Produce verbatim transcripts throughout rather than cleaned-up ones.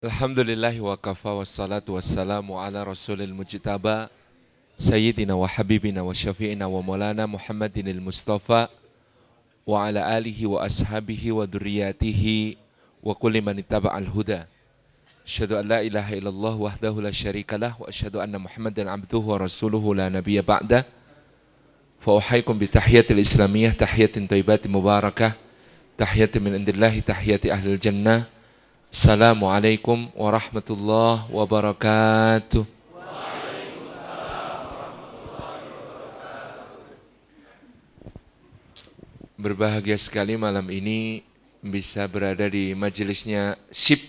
Alhamdulillahi wa kafa wassalatu wassalamu ala rasulil mujtaba Sayyidina wa habibina wa syafi'ina wa maulana Muhammadinil Mustafa wa ala alihi wa ashabihi wa durriyatihi wa kulli man ittaba'al huda. Asyhadu an la ilaha illallah wahdahu la syarikalah wa asyhadu anna Muhammadan abduhu wa rasuluhu la nabiyya ba'dah. Fa uhayyikum bi tahiyatil islamiyah tahiyatin thayyibatin mubarakah tahiyatin min indillahi tahiyati ahlil jannah. Assalamualaikum warahmatullahi wabarakatuh. Berbahagia sekali malam ini bisa berada di majelisnya S I P.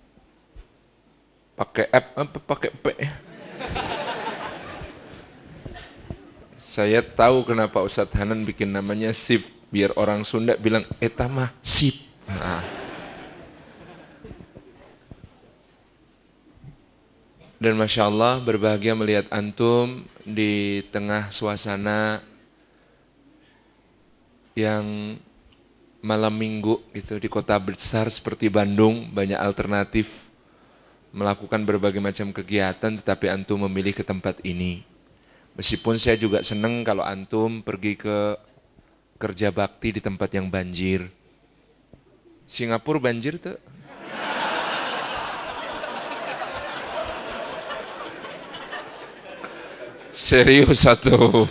Pakai app apa pakai P? Saya tahu kenapa Ustadz Hanan bikin namanya S I P, biar orang Sunda bilang eta mah S I P. Nah. Dan Masya Allah berbahagia melihat antum di tengah suasana yang malam minggu gitu di kota besar seperti Bandung, banyak alternatif melakukan berbagai macam kegiatan, tetapi antum memilih ke tempat ini. Meskipun saya juga senang kalau antum pergi ke kerja bakti di tempat yang banjir. Singapura banjir tuh. Serius satu.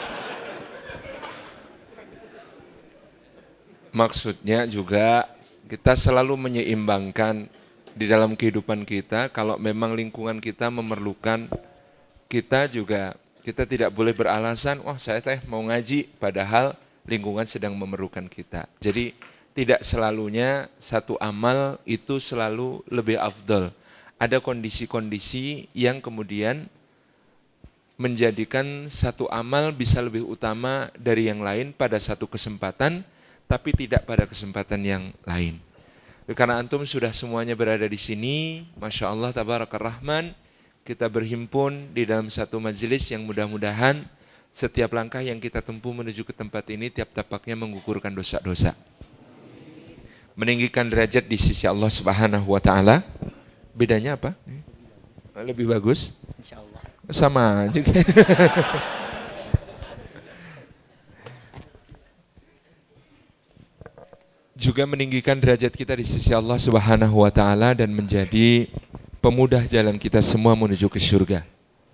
Maksudnya juga kita selalu menyeimbangkan di dalam kehidupan kita. Kalau memang lingkungan kita memerlukan, kita juga kita tidak boleh beralasan, wah saya teh mau ngaji, padahal lingkungan sedang memerlukan kita. Jadi tidak selalunya satu amal itu selalu lebih afdol. Ada kondisi-kondisi yang kemudian menjadikan satu amal bisa lebih utama dari yang lain pada satu kesempatan, tapi tidak pada kesempatan yang lain. Karena antum sudah semuanya berada di sini, Masya Allah, Tabarakar Rahman, kita berhimpun di dalam satu majelis yang mudah-mudahan setiap langkah yang kita tempuh menuju ke tempat ini, tiap tapaknya menggugurkan dosa-dosa. Meninggikan derajat di sisi Allah Subhanahu wa Ta'ala. Bedanya apa? Lebih bagus? Insya Allah. Sama juga. Juga meninggikan derajat kita di sisi Allah Subhanahu wa Ta'ala dan menjadi pemudah jalan kita semua menuju ke surga.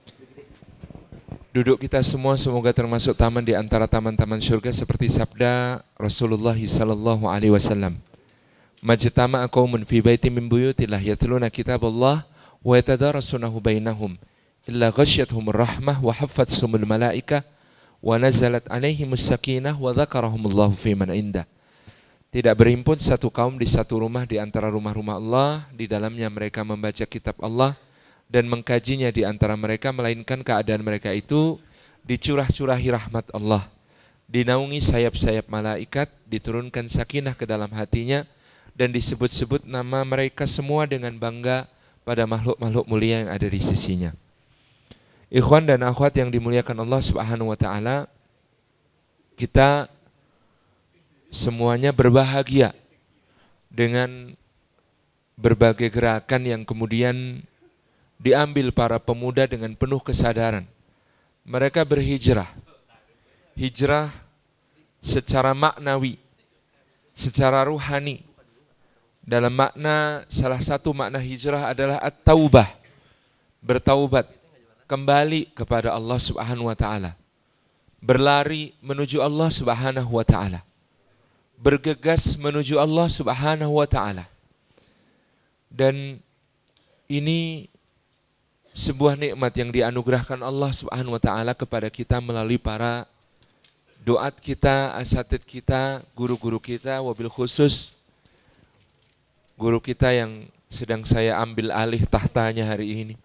Duduk kita semua semoga termasuk taman di antara taman-taman surga seperti sabda Rasulullah sallallahu alaihi wasallam. Majtama'a qaumun fi baitin min buyutillah yatluna kitaballah wa yatadarasunahu bainahum illa ghasyiyatuhumur rahmah wa haffathumul malaikah wa nazalat alaihimus sakinah wa dzakarahumullahu fi man indah. Tidak berhimpun satu kaum di satu rumah di antara rumah-rumah Allah, di dalamnya mereka membaca kitab Allah dan mengkajinya di antara mereka, melainkan keadaan mereka itu dicurah-curahi rahmat Allah, dinaungi sayap-sayap malaikat, diturunkan sakinah ke dalam hatinya, dan disebut-sebut nama mereka semua dengan bangga pada makhluk-makhluk mulia yang ada di sisinya. Ikhwan dan akhwat yang dimuliakan Allah Subhanahu wa Ta'ala, kita semuanya berbahagia dengan berbagai gerakan yang kemudian diambil para pemuda dengan penuh kesadaran. Mereka berhijrah, hijrah secara maknawi, secara ruhani. Dalam makna, salah satu makna hijrah adalah at-taubah, bertaubat, kembali kepada Allah Subhanahu wa Ta'ala, berlari menuju Allah Subhanahu wa Ta'ala, bergegas menuju Allah Subhanahu wa Ta'ala. Dan ini sebuah nikmat yang dianugerahkan Allah Subhanahu wa Ta'ala kepada kita melalui para doat kita, asatid kita, guru-guru kita, wabil khusus guru kita yang sedang saya ambil alih tahtanya hari ini.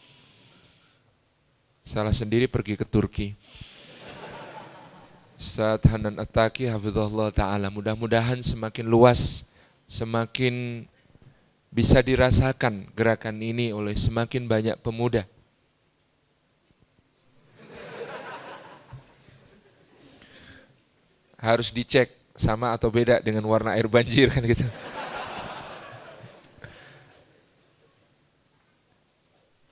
Salah sendiri pergi ke Turki. Ustadz Hanan At-Taqi hafizahullah ta'ala, mudah-mudahan semakin luas, semakin bisa dirasakan gerakan ini oleh semakin banyak pemuda. Harus dicek sama atau beda dengan warna air banjir kan gitu.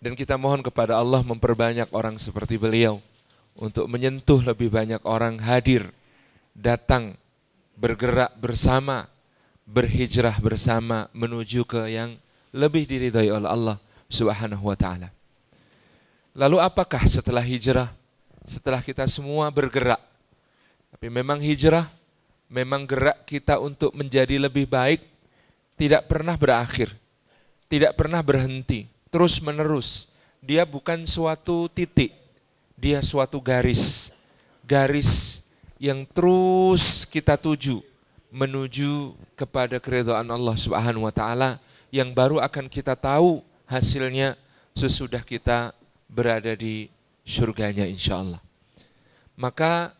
Dan kita mohon kepada Allah memperbanyak orang seperti beliau untuk menyentuh lebih banyak orang, hadir, datang, bergerak bersama, berhijrah bersama menuju ke yang lebih diridhai oleh Allah Subhanahu wa taala. Lalu apakah setelah hijrah? Setelah kita semua bergerak. Tapi memang hijrah, memang gerak kita untuk menjadi lebih baik tidak pernah berakhir, tidak pernah berhenti, terus menerus. Dia bukan suatu titik, dia suatu garis, garis yang terus kita tuju menuju kepada keridhaan Allah Subhanahu wa taala yang baru akan kita tahu hasilnya sesudah kita berada di surganya insya Allah. Maka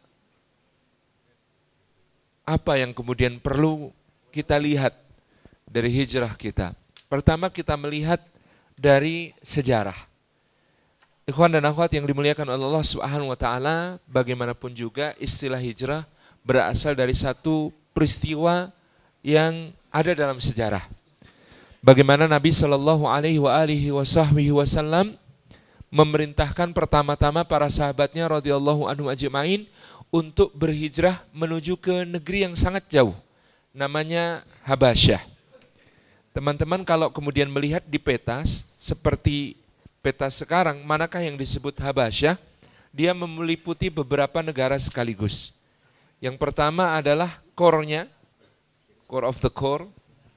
apa yang kemudian perlu kita lihat dari hijrah kita? Pertama kita melihat dari sejarah. Ikhwan dan akhwat yang dimuliakan oleh Allah Subhanahu wa taala, bagaimanapun juga istilah hijrah berasal dari satu peristiwa yang ada dalam sejarah. Bagaimana Nabi Shallallahu alaihi wasallam memerintahkan pertama-tama para sahabatnya radhiyallahu anhum ajma'in untuk berhijrah menuju ke negeri yang sangat jauh, namanya Habasyah. Teman-teman kalau kemudian melihat di peta seperti peta sekarang, manakah yang disebut Habasyah? Dia meliputi beberapa negara sekaligus. Yang pertama adalah core-nya, core of the core,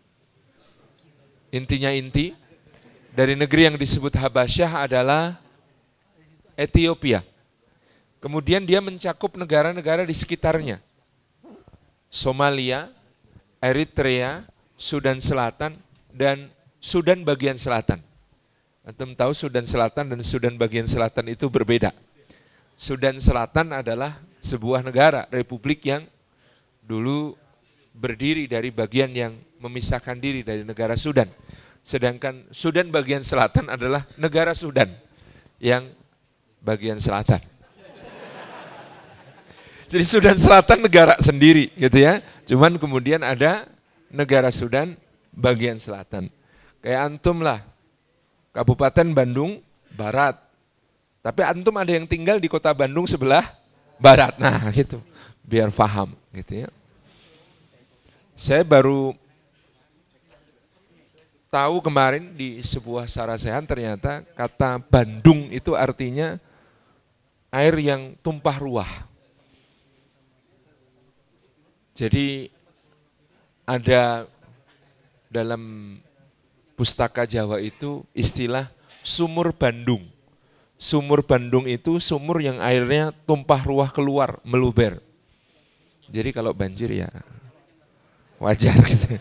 intinya inti. Dari negeri yang disebut Habasyah adalah Ethiopia. Kemudian dia mencakup negara-negara di sekitarnya. Somalia, Eritrea, Sudan Selatan, dan Sudan bagian selatan. Antum tahu Sudan Selatan dan Sudan bagian selatan itu berbeda. Sudan Selatan adalah sebuah negara, republik yang dulu berdiri dari bagian yang memisahkan diri dari negara Sudan. Sedangkan Sudan bagian selatan adalah negara Sudan yang bagian selatan. Jadi Sudan Selatan negara sendiri gitu ya. Cuman kemudian ada negara Sudan bagian selatan. Kayak antum lah, Kabupaten Bandung Barat. Tapi antum ada yang tinggal di kota Bandung sebelah barat. Nah gitu, biar paham gitu ya. Saya baru tahu kemarin di sebuah sarasehan ternyata kata Bandung itu artinya air yang tumpah ruah. Jadi ada dalam pustaka Jawa itu istilah sumur Bandung. Sumur Bandung itu sumur yang airnya tumpah ruah keluar, meluber. Jadi kalau banjir ya wajar gitu.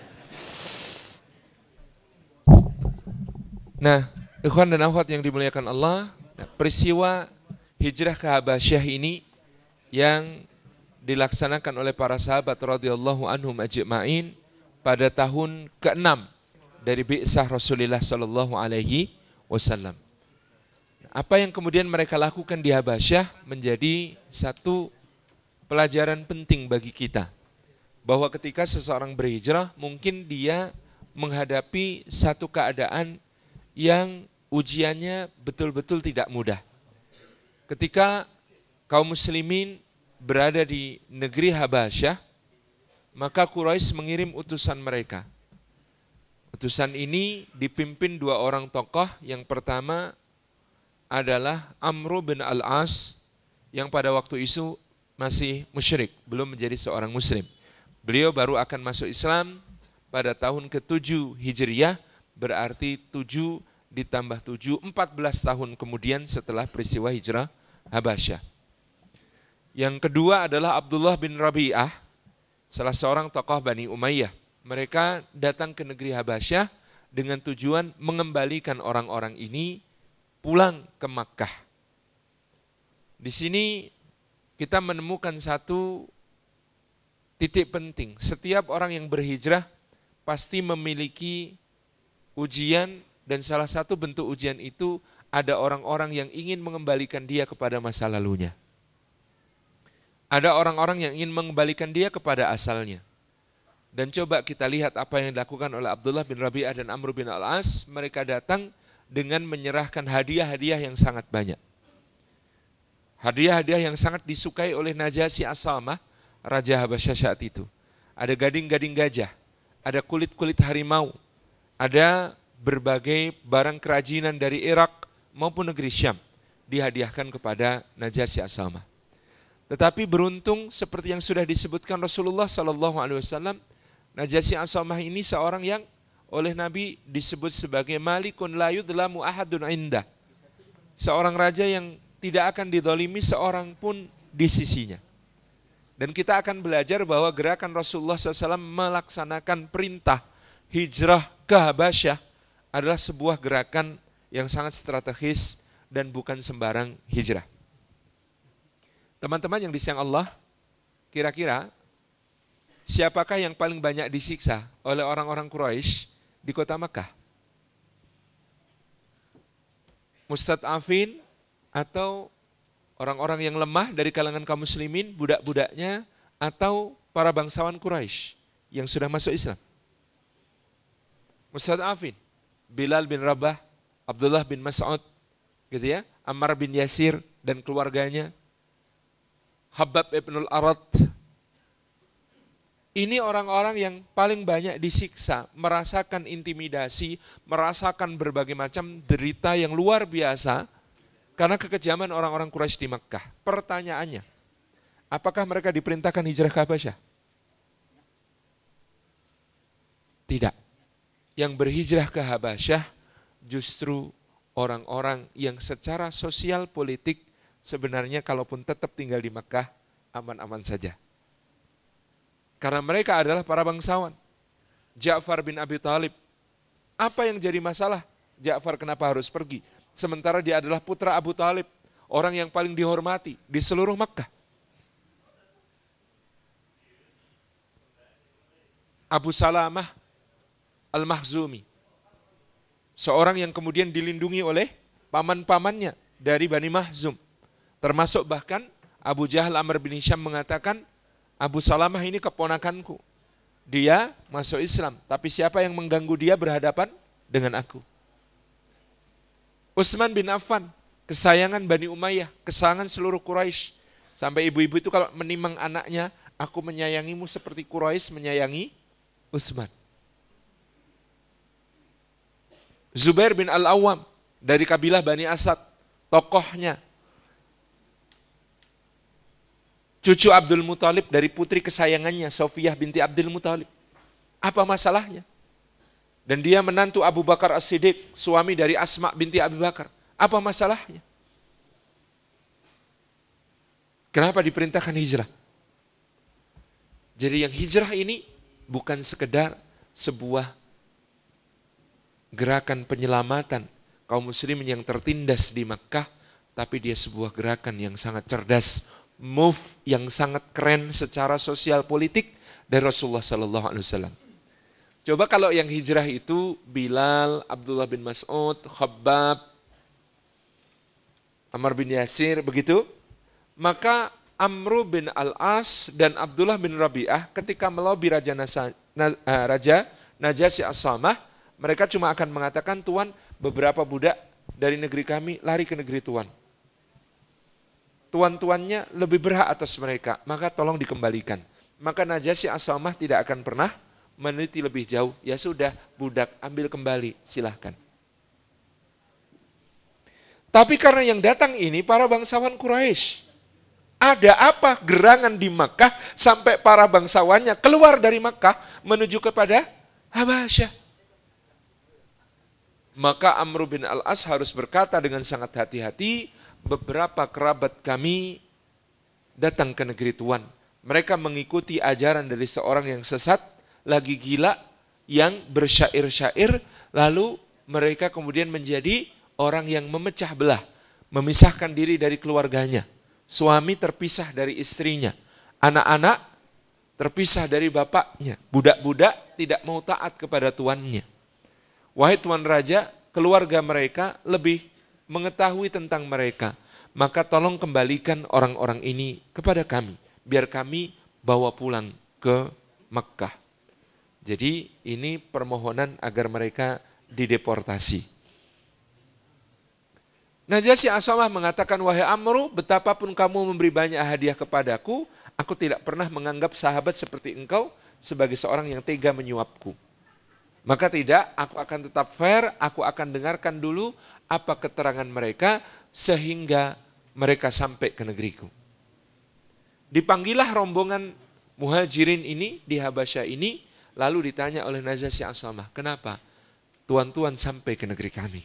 Nah, ikhwan dan akhwat yang dimuliakan Allah, peristiwa hijrah ke Habasyah ini yang dilaksanakan oleh para sahabat radhiyallahu anhum ajma'in pada tahun keenam dari bi'tsah Rasulullah sallallahu alaihi wasallam. Apa yang kemudian mereka lakukan di Habasyah menjadi satu pelajaran penting bagi kita. Bahwa ketika seseorang berhijrah mungkin dia menghadapi satu keadaan yang ujiannya betul-betul tidak mudah. Ketika kaum muslimin berada di negeri Habasyah, maka Quraisy mengirim utusan mereka. Utusan ini dipimpin dua orang tokoh. Yang pertama adalah Amr bin Al-As yang pada waktu itu masih musyrik, belum menjadi seorang muslim. Beliau baru akan masuk Islam pada tahun ketujuh Hijriyah, berarti tujuh ditambah tujuh, empat belas tahun kemudian setelah peristiwa hijrah Habasyah. Yang kedua adalah Abdullah bin Rabi'ah, salah seorang tokoh Bani Umayyah. Mereka datang ke negeri Habasyah dengan tujuan mengembalikan orang-orang ini pulang ke Makkah. Di sini kita menemukan satu titik penting. Setiap orang yang berhijrah pasti memiliki ujian, dan salah satu bentuk ujian itu ada orang-orang yang ingin mengembalikan dia kepada masa lalunya. Ada orang-orang yang ingin mengembalikan dia kepada asalnya. Dan coba kita lihat apa yang dilakukan oleh Abdullah bin Rabi'ah dan Amr bin Al-As. Mereka datang dengan menyerahkan hadiah-hadiah yang sangat banyak. Hadiah-hadiah yang sangat disukai oleh Najasyi As-Samah, Raja Habasyah saat itu. Ada gading-gading gajah, ada kulit-kulit harimau, ada berbagai barang kerajinan dari Irak maupun negeri Syam dihadiahkan kepada Najasyi As-Samah. Tetapi beruntung seperti yang sudah disebutkan Rasulullah sallallahu alaihi wasallam, Najasyi As-Samah ini seorang yang oleh Nabi disebut sebagai malikun la yudlamu ahadun indah. Seorang raja yang tidak akan didolimi seorang pun di sisinya. Dan kita akan belajar bahwa gerakan Rasulullah shallallahu alaihi wasallam melaksanakan perintah hijrah ke Habasyah adalah sebuah gerakan yang sangat strategis dan bukan sembarang hijrah. Teman-teman yang disayang Allah, kira-kira siapakah yang paling banyak disiksa oleh orang-orang Quraisy di kota Makkah? Mustad'afin atau orang-orang yang lemah dari kalangan kaum muslimin, budak-budaknya, atau para bangsawan Quraisy yang sudah masuk Islam? Mustad'afin, Bilal bin Rabah, Abdullah bin Mas'ud, gitu ya, Ammar bin Yasir dan keluarganya, Habab ibnul Arad. Ini orang-orang yang paling banyak disiksa, merasakan intimidasi, merasakan berbagai macam derita yang luar biasa karena kekejaman orang-orang Quraisy di Makkah. Pertanyaannya, apakah mereka diperintahkan hijrah ke Habasyah? Tidak. Yang berhijrah ke Habasyah justru orang-orang yang secara sosial politik sebenarnya kalaupun tetap tinggal di Makkah aman-aman saja. Karena mereka adalah para bangsawan. Ja'far bin Abi Thalib. Apa yang jadi masalah? Ja'far kenapa harus pergi? Sementara dia adalah putra Abu Thalib, orang yang paling dihormati di seluruh Makkah. Abu Salamah Al-Makhzumi, seorang yang kemudian dilindungi oleh paman-pamannya dari Bani Mahzum. Termasuk bahkan Abu Jahal Amr bin Hisham mengatakan, Abu Salamah ini keponakanku. Dia masuk Islam, tapi siapa yang mengganggu dia berhadapan dengan aku. Utsman bin Affan, kesayangan Bani Umayyah, kesayangan seluruh Quraisy. Sampai ibu-ibu itu kalau menimang anaknya, aku menyayangimu seperti Quraisy menyayangi Utsman. Zubair bin Al-Awwam dari kabilah Bani Asad, tokohnya. Cucu Abdul Muthalib dari putri kesayangannya, Sofiyah binti Abdul Muthalib. Apa masalahnya? Dan dia menantu Abu Bakar As-Siddiq, suami dari Asma binti Abi Bakar. Apa masalahnya? Kenapa diperintahkan hijrah? Jadi yang hijrah ini bukan sekedar sebuah gerakan penyelamatan kaum muslimin yang tertindas di Makkah, tapi dia sebuah gerakan yang sangat cerdas, move yang sangat keren secara sosial politik dari Rasulullah sallallahu alaihi wasallam. Coba kalau yang hijrah itu Bilal, Abdullah bin Mas'ud, Khabbab, Ammar bin Yasir, begitu, maka Amru bin Al-As dan Abdullah bin Rabi'ah ketika melobi Raja, Nasa, na, uh, Raja Najasyi As-Samah, mereka cuma akan mengatakan, Tuan, beberapa budak dari negeri kami lari ke negeri Tuan. Tuan-tuannya lebih berhak atas mereka, maka tolong dikembalikan. Maka Najasyi As-Samah tidak akan pernah meneliti lebih jauh, ya sudah, budak ambil kembali, silahkan. Tapi karena yang datang ini para bangsawan Quraisy, ada apa gerangan di Makkah sampai para bangsawannya keluar dari Makkah menuju kepada Habasyah? Maka Amr bin Al-As harus berkata dengan sangat hati-hati, beberapa kerabat kami datang ke negeri Tuan. Mereka mengikuti ajaran dari seorang yang sesat, lagi gila, yang bersyair-syair, lalu mereka kemudian menjadi orang yang memecah belah, memisahkan diri dari keluarganya. Suami terpisah dari istrinya, anak-anak terpisah dari bapaknya, budak-budak tidak mau taat kepada tuannya. Wahai Tuan Raja, keluarga mereka lebih mengetahui tentang mereka, maka tolong kembalikan orang-orang ini kepada kami, biar kami bawa pulang ke Makkah. Jadi ini permohonan agar mereka dideportasi. Najasyi As-Samah mengatakan, wahai Amru, betapapun kamu memberi banyak hadiah kepadaku, aku tidak pernah menganggap sahabat seperti engkau sebagai seorang yang tega menyuapku. Maka tidak, aku akan tetap fair, aku akan dengarkan dulu apa keterangan mereka sehingga mereka sampai ke negeriku. Dipanggillah rombongan muhajirin ini di Habasyah ini, lalu ditanya oleh Najasyi As-Samah, kenapa tuan-tuan sampai ke negeri kami?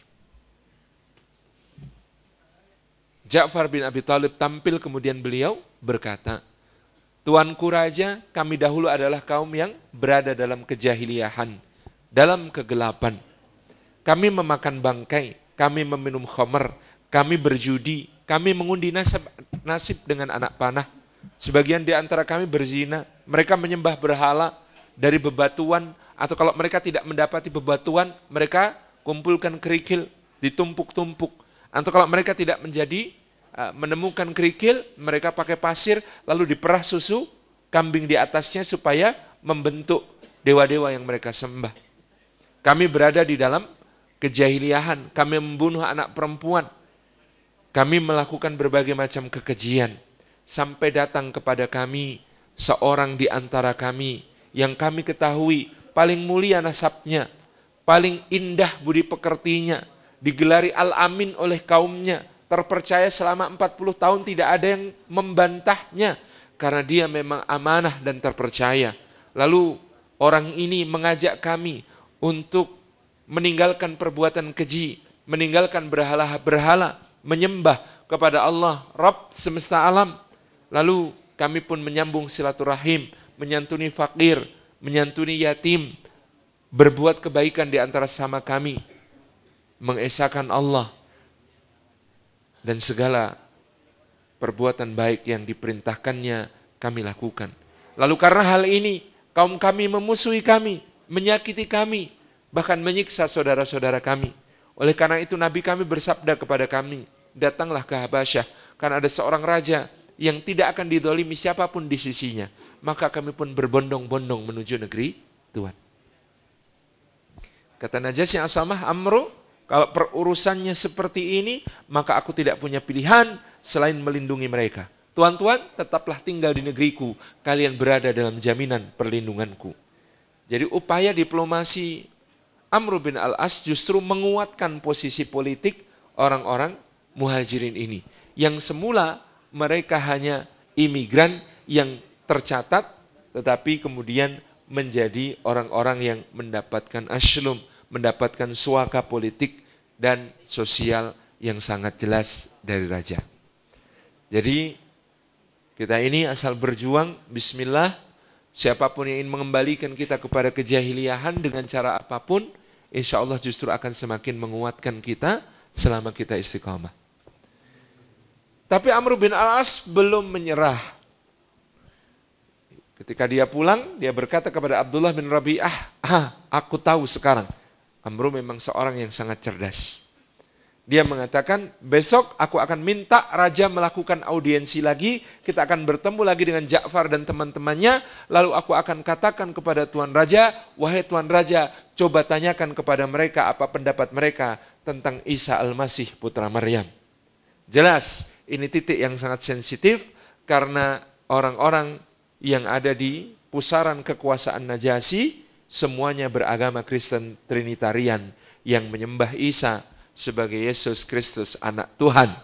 Ja'far bin Abi Thalib tampil, kemudian beliau berkata, Tuanku Raja, kami dahulu adalah kaum yang berada dalam kejahiliahan, dalam kegelapan. Kami memakan bangkai, kami meminum khamar, kami berjudi, kami mengundi nasib, nasib dengan anak panah. Sebagian di antara kami berzina, mereka menyembah berhala dari bebatuan, atau kalau mereka tidak mendapati bebatuan, mereka kumpulkan kerikil, ditumpuk-tumpuk. Atau kalau mereka tidak menjadi menemukan kerikil, mereka pakai pasir, lalu diperah susu kambing di atasnya supaya membentuk dewa-dewa yang mereka sembah. Kami berada di dalam kejahiliahan, kami membunuh anak perempuan, kami melakukan berbagai macam kekejian, sampai datang kepada kami seorang di antara kami yang kami ketahui paling mulia nasabnya, paling indah budi pekertinya, digelari Al-Amin oleh kaumnya, terpercaya selama empat puluh tahun tidak ada yang membantahnya, karena dia memang amanah dan terpercaya. Lalu orang ini mengajak kami untuk meninggalkan perbuatan keji, meninggalkan berhala-berhala, menyembah kepada Allah, Rabb semesta alam. Lalu kami pun menyambung silaturahim, menyantuni fakir, menyantuni yatim, berbuat kebaikan di antara sama kami, mengesahkan Allah, dan segala perbuatan baik yang diperintahkannya kami lakukan. Lalu karena hal ini, kaum kami memusuhi kami, menyakiti kami, bahkan menyiksa saudara-saudara kami. Oleh karena itu Nabi kami bersabda kepada kami, datanglah ke Habasyah, karena ada seorang raja yang tidak akan didolimi siapapun di sisinya. Maka kami pun berbondong-bondong menuju negeri Tuhan. Kata Najasyi As-Samah, Amru, kalau perurusannya seperti ini, maka aku tidak punya pilihan selain melindungi mereka. Tuan-tuan, tetaplah tinggal di negeriku, kalian berada dalam jaminan perlindunganku. Jadi upaya diplomasi Amr bin Al-As justru menguatkan posisi politik orang-orang muhajirin ini. Yang semula mereka hanya imigran yang tercatat, tetapi kemudian menjadi orang-orang yang mendapatkan asyulum, mendapatkan suaka politik dan sosial yang sangat jelas dari raja. Jadi kita ini asal berjuang, bismillah, siapapun yang ingin mengembalikan kita kepada kejahiliahan dengan cara apapun, insya Allah justru akan semakin menguatkan kita selama kita istiqamah. Tapi Amr bin Al-As belum menyerah. Ketika dia pulang, dia berkata kepada Abdullah bin Rabi'ah, ah, aku tahu sekarang, Amr memang seorang yang sangat cerdas. Dia mengatakan, besok aku akan minta raja melakukan audiensi lagi, kita akan bertemu lagi dengan Ja'far dan teman-temannya, lalu aku akan katakan kepada Tuan Raja, wahai Tuan Raja, coba tanyakan kepada mereka apa pendapat mereka tentang Isa Al-Masih putra Maryam. Jelas, ini titik yang sangat sensitif karena orang-orang yang ada di pusaran kekuasaan Najasyi, semuanya beragama Kristen Trinitarian yang menyembah Isa sebagai Yesus Kristus anak Tuhan.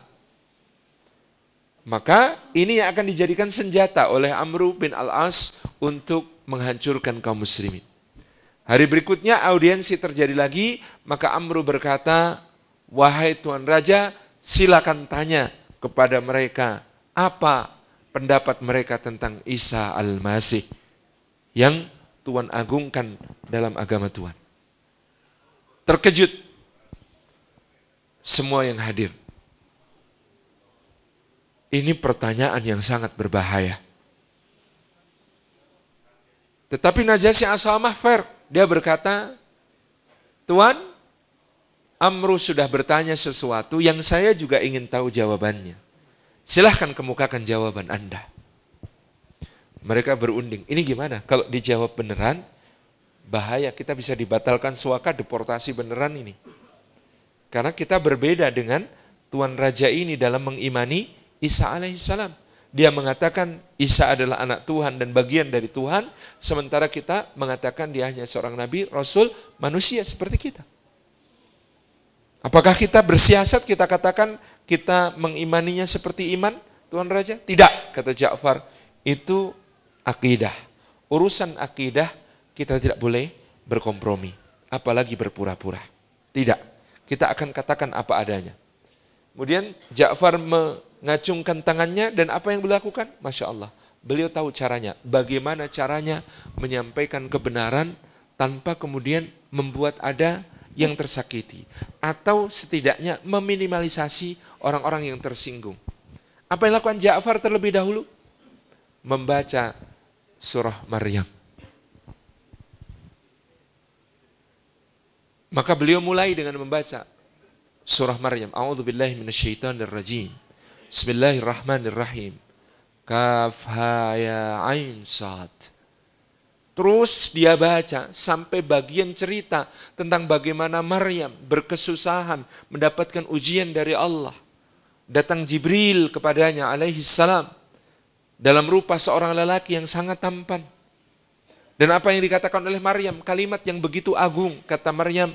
Maka ini yang akan dijadikan senjata oleh Amr bin Al-As untuk menghancurkan kaum muslimin. Hari berikutnya audiensi terjadi lagi, maka Amr berkata, wahai Tuan Raja, silakan tanya kepada mereka apa pendapat mereka tentang Isa Al-Masih yang Tuhan agungkan dalam agama Tuhan. Terkejut semua yang hadir. Ini pertanyaan yang sangat berbahaya. Tetapi Najasyi As-Samah fair. Dia berkata, Tuan, Amr sudah bertanya sesuatu yang saya juga ingin tahu jawabannya. Silahkan kemukakan jawaban Anda. Mereka berunding. Ini gimana? Kalau dijawab beneran, bahaya, kita bisa dibatalkan suaka, deportasi beneran ini. Karena kita berbeda dengan Tuan Raja ini dalam mengimani Isa alaihissalam. Dia mengatakan Isa adalah anak Tuhan dan bagian dari Tuhan, sementara kita mengatakan dia hanya seorang nabi, rasul, manusia seperti kita. Apakah kita bersiasat, kita katakan kita mengimaninya seperti iman Tuan Raja? Tidak, kata Ja'far. Itu akidah. Urusan akidah kita tidak boleh berkompromi, apalagi berpura-pura. Tidak, kita akan katakan apa adanya. Kemudian Ja'far mengacungkan tangannya dan apa yang beliau lakukan? Masya Allah, beliau tahu caranya. Bagaimana caranya menyampaikan kebenaran tanpa kemudian membuat ada yang tersakiti. Atau setidaknya meminimalisasi orang-orang yang tersinggung. Apa yang dilakukan Ja'far terlebih dahulu? Membaca surah Maryam. Maka beliau mulai dengan membaca surah Maryam. A'udzubillahi minasyaitonirrajim. Bismillahirrahmanirrahim. Kaf ha ya ain sad. Terus dia baca sampai bagian cerita tentang bagaimana Maryam berkesusahan mendapatkan ujian dari Allah. Datang Jibril kepadanya alaihi salam dalam rupa seorang lelaki yang sangat tampan. Dan apa yang dikatakan oleh Maryam, kalimat yang begitu agung, kata Maryam,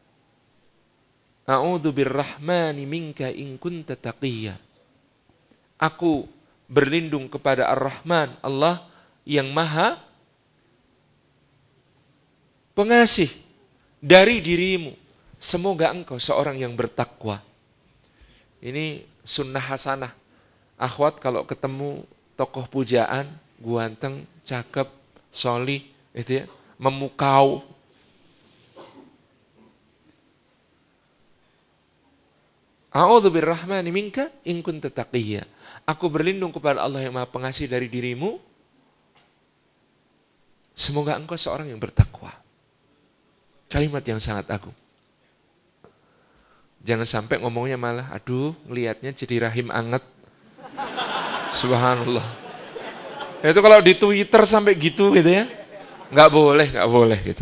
A'udzu birrahmani minka in kunta taqiyya. Aku berlindung kepada Ar-Rahman, Allah yang maha pengasih dari dirimu. Semoga engkau seorang yang bertakwa. Ini sunnah hasanah. Akhwat kalau ketemu tokoh pujaan, ganteng, cakep, solih, itu ya, memukau. A'udzu birrahmani minka in kunta taqiyya. Aku berlindung kepada Allah yang Maha Pengasih dari dirimu. Semoga engkau seorang yang bertakwa. Kalimat yang sangat agung. Jangan sampai ngomongnya malah, aduh, ngelihatnya jadi rahim anget. Subhanallah. Itu kalau di Twitter sampai gitu gitu ya. Enggak boleh, enggak boleh gitu.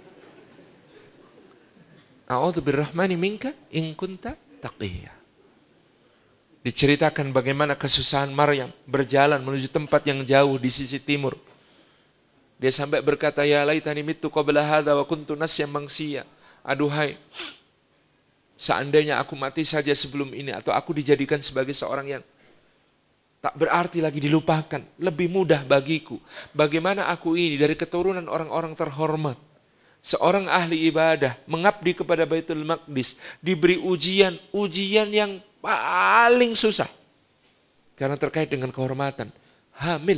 A'udzu birrahmani minka in kunta taqiyya. Diceritakan bagaimana kesusahan Maryam berjalan menuju tempat yang jauh di sisi timur. Dia sampai berkata, ya laitani mittu qabla hadza wa kuntu nasyan mansiyya. Aduhai, seandainya aku mati saja sebelum ini atau aku dijadikan sebagai seorang yang tak berarti lagi, dilupakan. Lebih mudah bagiku. Bagaimana aku ini dari keturunan orang-orang terhormat. Seorang ahli ibadah, mengabdi kepada Baitul Maqdis. Diberi ujian, ujian yang paling susah. Karena terkait dengan kehormatan. Hamil.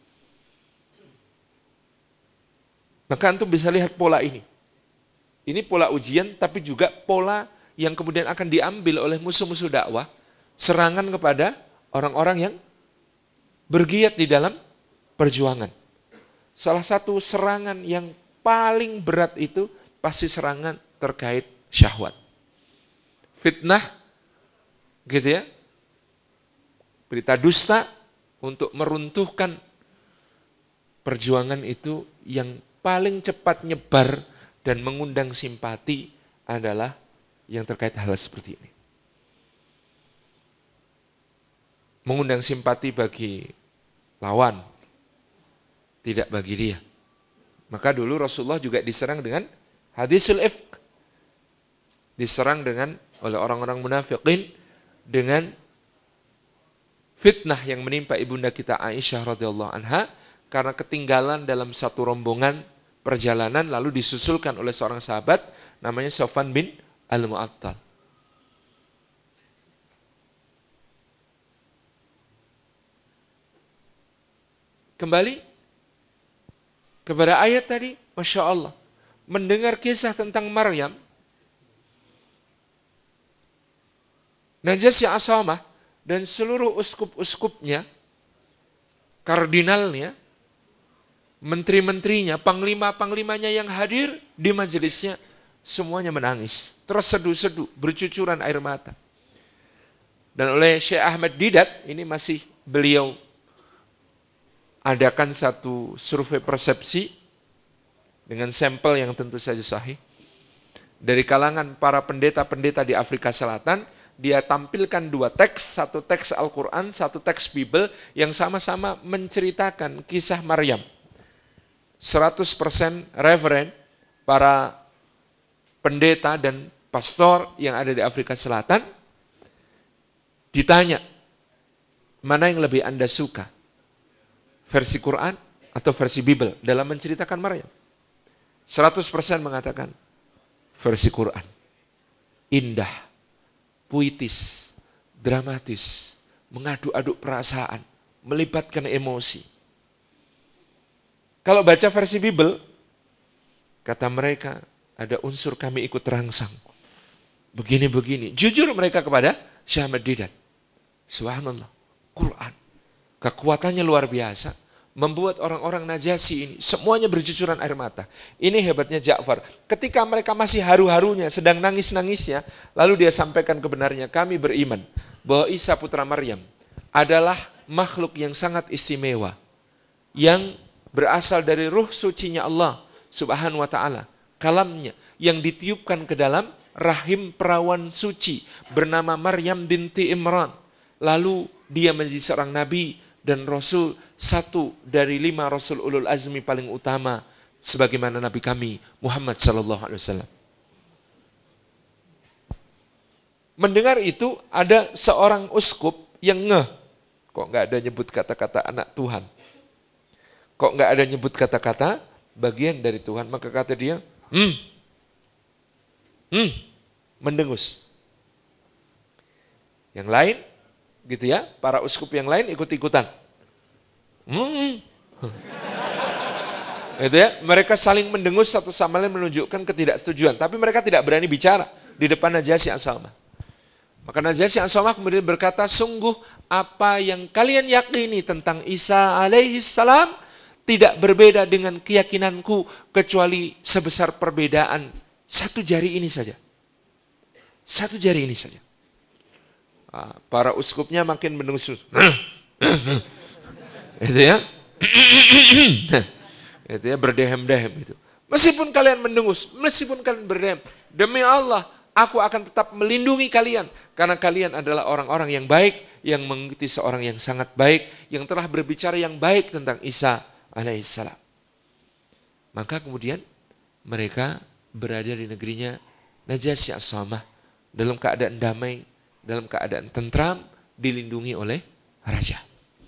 Maka antum bisa lihat pola ini. Ini pola ujian, tapi juga pola yang kemudian akan diambil oleh musuh-musuh dakwah. Serangan kepada orang-orang yang bergiat di dalam perjuangan. Salah satu serangan yang paling berat itu pasti serangan terkait syahwat. Fitnah, gitu ya. Berita dusta untuk meruntuhkan perjuangan itu yang paling cepat nyebar dan mengundang simpati adalah yang terkait hal seperti ini. Mengundang simpati bagi lawan, tidak bagi dia. Maka dulu Rasulullah juga diserang dengan hadisul ifk. Diserang dengan oleh orang-orang munafiqin dengan fitnah yang menimpa ibunda kita Aisyah radhiyallahu anha karena ketinggalan dalam satu rombongan perjalanan lalu disusulkan oleh seorang sahabat namanya Sofwan bin Al-Mu'attal. Kembali kepada ayat tadi, Masya Allah. Mendengar kisah tentang Maryam, Najasyi Asamah, dan seluruh uskup-uskupnya, kardinalnya, menteri-menterinya, panglima-panglimanya yang hadir di majelisnya, semuanya menangis. Terseduh-seduh, bercucuran air mata. Dan oleh Syekh Ahmad Didat, ini masih beliau adakan satu survei persepsi dengan sampel yang tentu saja sahih. Dari kalangan para pendeta-pendeta di Afrika Selatan, dia tampilkan dua teks, satu teks Al-Quran, satu teks Bible yang sama-sama menceritakan kisah Maryam. seratus persen reverend, para pendeta dan pastor yang ada di Afrika Selatan, ditanya, mana yang lebih Anda suka? Versi Quran atau versi Bible dalam menceritakan Maryam? seratus persen mengatakan versi Quran. Indah, puitis, dramatis, mengadu-aduk perasaan, melibatkan emosi. Kalau baca versi Bible, kata mereka, ada unsur kami ikut terangsang. Begini-begini. Jujur mereka kepada Syekh Ahmad Deedat. Subhanallah. Quran. Kekuatannya luar biasa. Membuat orang-orang Najasyi ini semuanya bercucuran air mata. Ini hebatnya Ja'far. Ketika mereka masih haru-harunya, sedang nangis-nangisnya, lalu dia sampaikan kebenarnya, kami beriman bahwa Isa putra Maryam adalah makhluk yang sangat istimewa, yang berasal dari ruh sucinya Allah Subhanahu wa ta'ala, kalamnya yang ditiupkan ke dalam rahim perawan suci bernama Maryam binti Imran. Lalu dia menjadi seorang nabi dan rasul, satu dari lima rasul ulul azmi paling utama, sebagaimana nabi kami Muhammad sallallahu alaihi wasallam. Mendengar itu ada seorang uskup yang ngeh, kok nggak ada nyebut kata-kata anak Tuhan, kok nggak ada nyebut kata-kata bagian dari Tuhan. Maka kata dia, hmm, hmm, mendengus. Yang lain, gitu ya, para uskup yang lain ikut-ikutan. Hmm. Itu ya, mereka saling mendengus satu sama lain menunjukkan ketidaksetujuan, tapi mereka tidak berani bicara di depan Najasyi As-Samah. Maka Najasyi As-Samah kemudian berkata, sungguh apa yang kalian yakini tentang Isa alaihi salam tidak berbeda dengan keyakinanku, kecuali sebesar perbedaan satu jari ini saja. Satu jari ini saja. Para uskupnya makin mendengus. Itu ya. Itu ya, berdehem-dehem itu. Meskipun kalian mendengus, meskipun kalian berdehem, demi Allah, aku akan tetap melindungi kalian karena kalian adalah orang-orang yang baik, yang mengikuti seorang yang sangat baik, yang telah berbicara yang baik tentang Isa alaihissalam. Maka kemudian mereka berada di negerinya Najasyi As-Samah dalam keadaan damai, dalam keadaan tentram, dilindungi oleh raja.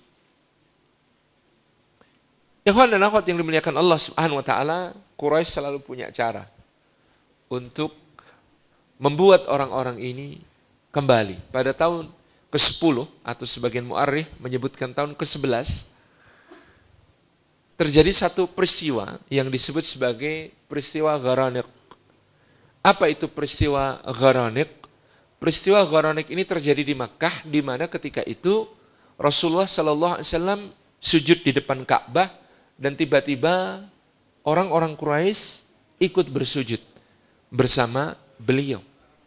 Ikhwan dan akhwat yang dimuliakan Allah Subhanahu wa taala, Quraisy selalu punya cara untuk membuat orang-orang ini kembali. Pada tahun kesepuluh atau sebagian mu'arrikh menyebutkan tahun kesebelas, terjadi satu peristiwa yang disebut sebagai peristiwa Gharaniq. Apa itu peristiwa Gharaniq? Peristiwa Gharaniq ini terjadi di Makkah, di mana ketika itu Rasulullah Sallallahu Alaihi Wasallam sujud di depan Ka'bah dan tiba-tiba orang-orang Quraisy ikut bersujud bersama beliau.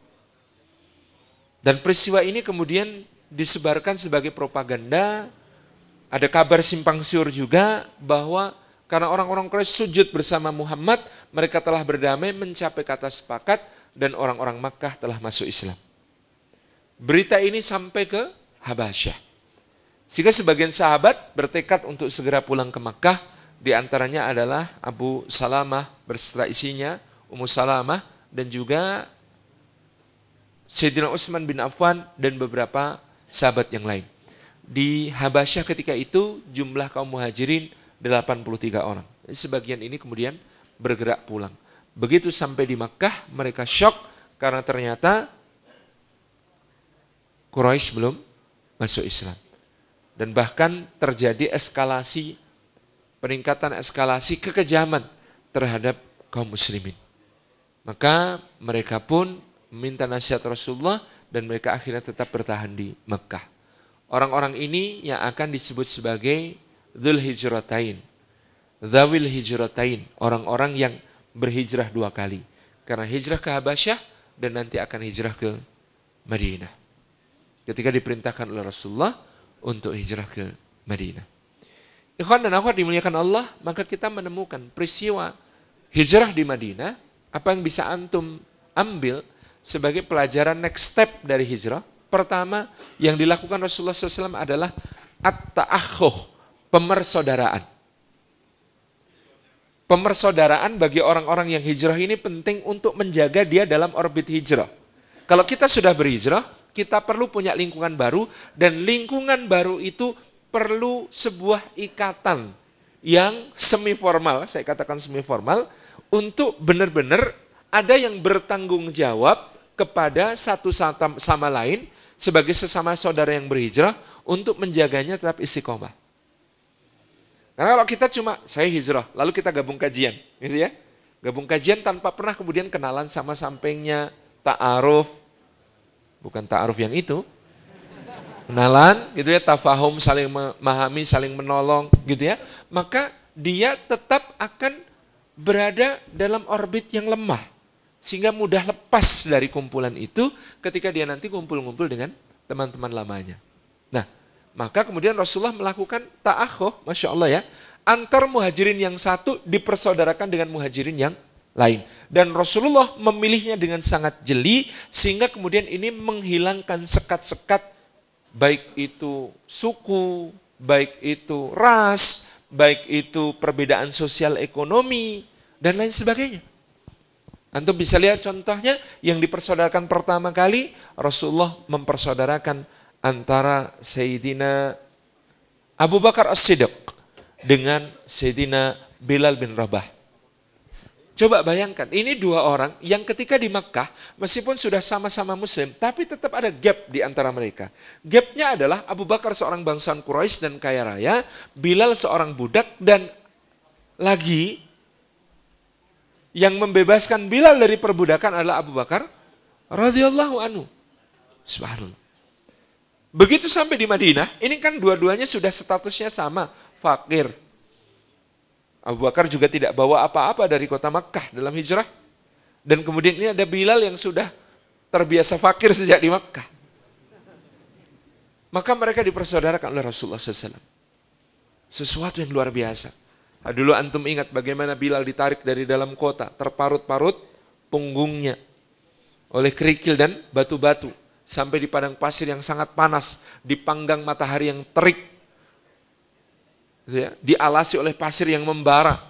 Dan peristiwa ini kemudian disebarkan sebagai propaganda. Ada kabar simpang siur juga bahwa karena orang-orang Quraisy sujud bersama Muhammad, mereka telah berdamai, mencapai kata sepakat, dan orang-orang Makkah telah masuk Islam. Berita ini sampai ke Habasyah. Sehingga sebagian sahabat bertekad untuk segera pulang ke Makkah. Di antaranya adalah Abu Salamah berserta isinya, Ummu Salamah, dan juga Sayyidina Utsman bin Affan dan beberapa sahabat yang lain. Di Habasyah ketika itu jumlah kaum muhajirin delapan puluh tiga orang. Sebagian ini kemudian bergerak pulang. Begitu sampai di Makkah, mereka syok karena ternyata Quraisy belum masuk Islam. Dan bahkan terjadi eskalasi, peningkatan eskalasi kekejaman terhadap kaum muslimin. Maka mereka pun meminta nasihat Rasulullah dan mereka akhirnya tetap bertahan di Mekah. Orang-orang ini yang akan disebut sebagai Dzul Hijratain, Dzawil Hijratain, orang-orang yang berhijrah dua kali. Karena hijrah ke Habasyah dan nanti akan hijrah ke Madinah. Ketika diperintahkan oleh Rasulullah untuk hijrah ke Madinah. Ikhwan dan akhwat dimuliakan Allah, maka kita menemukan peristiwa hijrah di Madinah, apa yang bisa antum ambil sebagai pelajaran next step dari hijrah? pertama yang dilakukan Rasulullah shallallahu alaihi wasallam adalah at-ta'akhuh, pemersaudaraan. Pemersaudaraan bagi orang-orang yang hijrah ini penting untuk menjaga dia dalam orbit hijrah. Kalau kita sudah berhijrah, kita perlu punya lingkungan baru, dan lingkungan baru itu perlu sebuah ikatan yang semi formal, saya katakan semi formal, untuk benar-benar ada yang bertanggung jawab kepada satu sama lain sebagai sesama saudara yang berhijrah untuk menjaganya tetap istiqomah. Karena kalau kita cuma saya hijrah, lalu kita gabung kajian, gitu ya. Gabung kajian tanpa pernah kemudian kenalan sama sampingnya, ta'aruf, bukan ta'aruf yang itu, kenalan, gitu ya, tafahum, saling memahami, saling menolong, gitu ya. Maka dia tetap akan berada dalam orbit yang lemah, sehingga mudah lepas dari kumpulan itu ketika dia nanti kumpul-kumpul dengan teman-teman lamanya. Nah, maka kemudian Rasulullah melakukan ta'akhuh, Masya Allah ya, antar muhajirin yang satu dipersaudarakan dengan muhajirin yang lain. Dan Rasulullah memilihnya dengan sangat jeli, sehingga kemudian ini menghilangkan sekat-sekat, baik itu suku, baik itu ras, baik itu perbedaan sosial ekonomi, dan lain sebagainya. Antum bisa lihat contohnya yang dipersaudarakan pertama kali, Rasulullah mempersaudarakan antara Sayyidina Abu Bakar As-Siddiq dengan Sayyidina Bilal bin Rabah. Coba bayangkan, ini dua orang yang ketika di Makkah, meskipun sudah sama-sama muslim, tapi tetap ada gap di antara mereka. Gapnya adalah Abu Bakar seorang bangsawan Quraisy dan kaya raya, Bilal seorang budak, dan lagi yang membebaskan Bilal dari perbudakan adalah Abu Bakar radhiyallahu anhu. Subhanallah. Begitu sampai di Madinah, ini kan dua-duanya sudah statusnya sama, fakir. Abu Bakar juga tidak bawa apa-apa dari kota Makkah dalam hijrah. Dan kemudian ini ada Bilal yang sudah terbiasa fakir sejak di Makkah. Maka mereka dipersaudarakan oleh Rasulullah shallallahu alaihi wasallam. Sesuatu yang luar biasa. Nah, dulu antum ingat bagaimana Bilal ditarik dari dalam kota, terparut-parut punggungnya oleh kerikil dan batu-batu, sampai di padang pasir yang sangat panas, dipanggang matahari yang terik, ya, dialasi oleh pasir yang membara,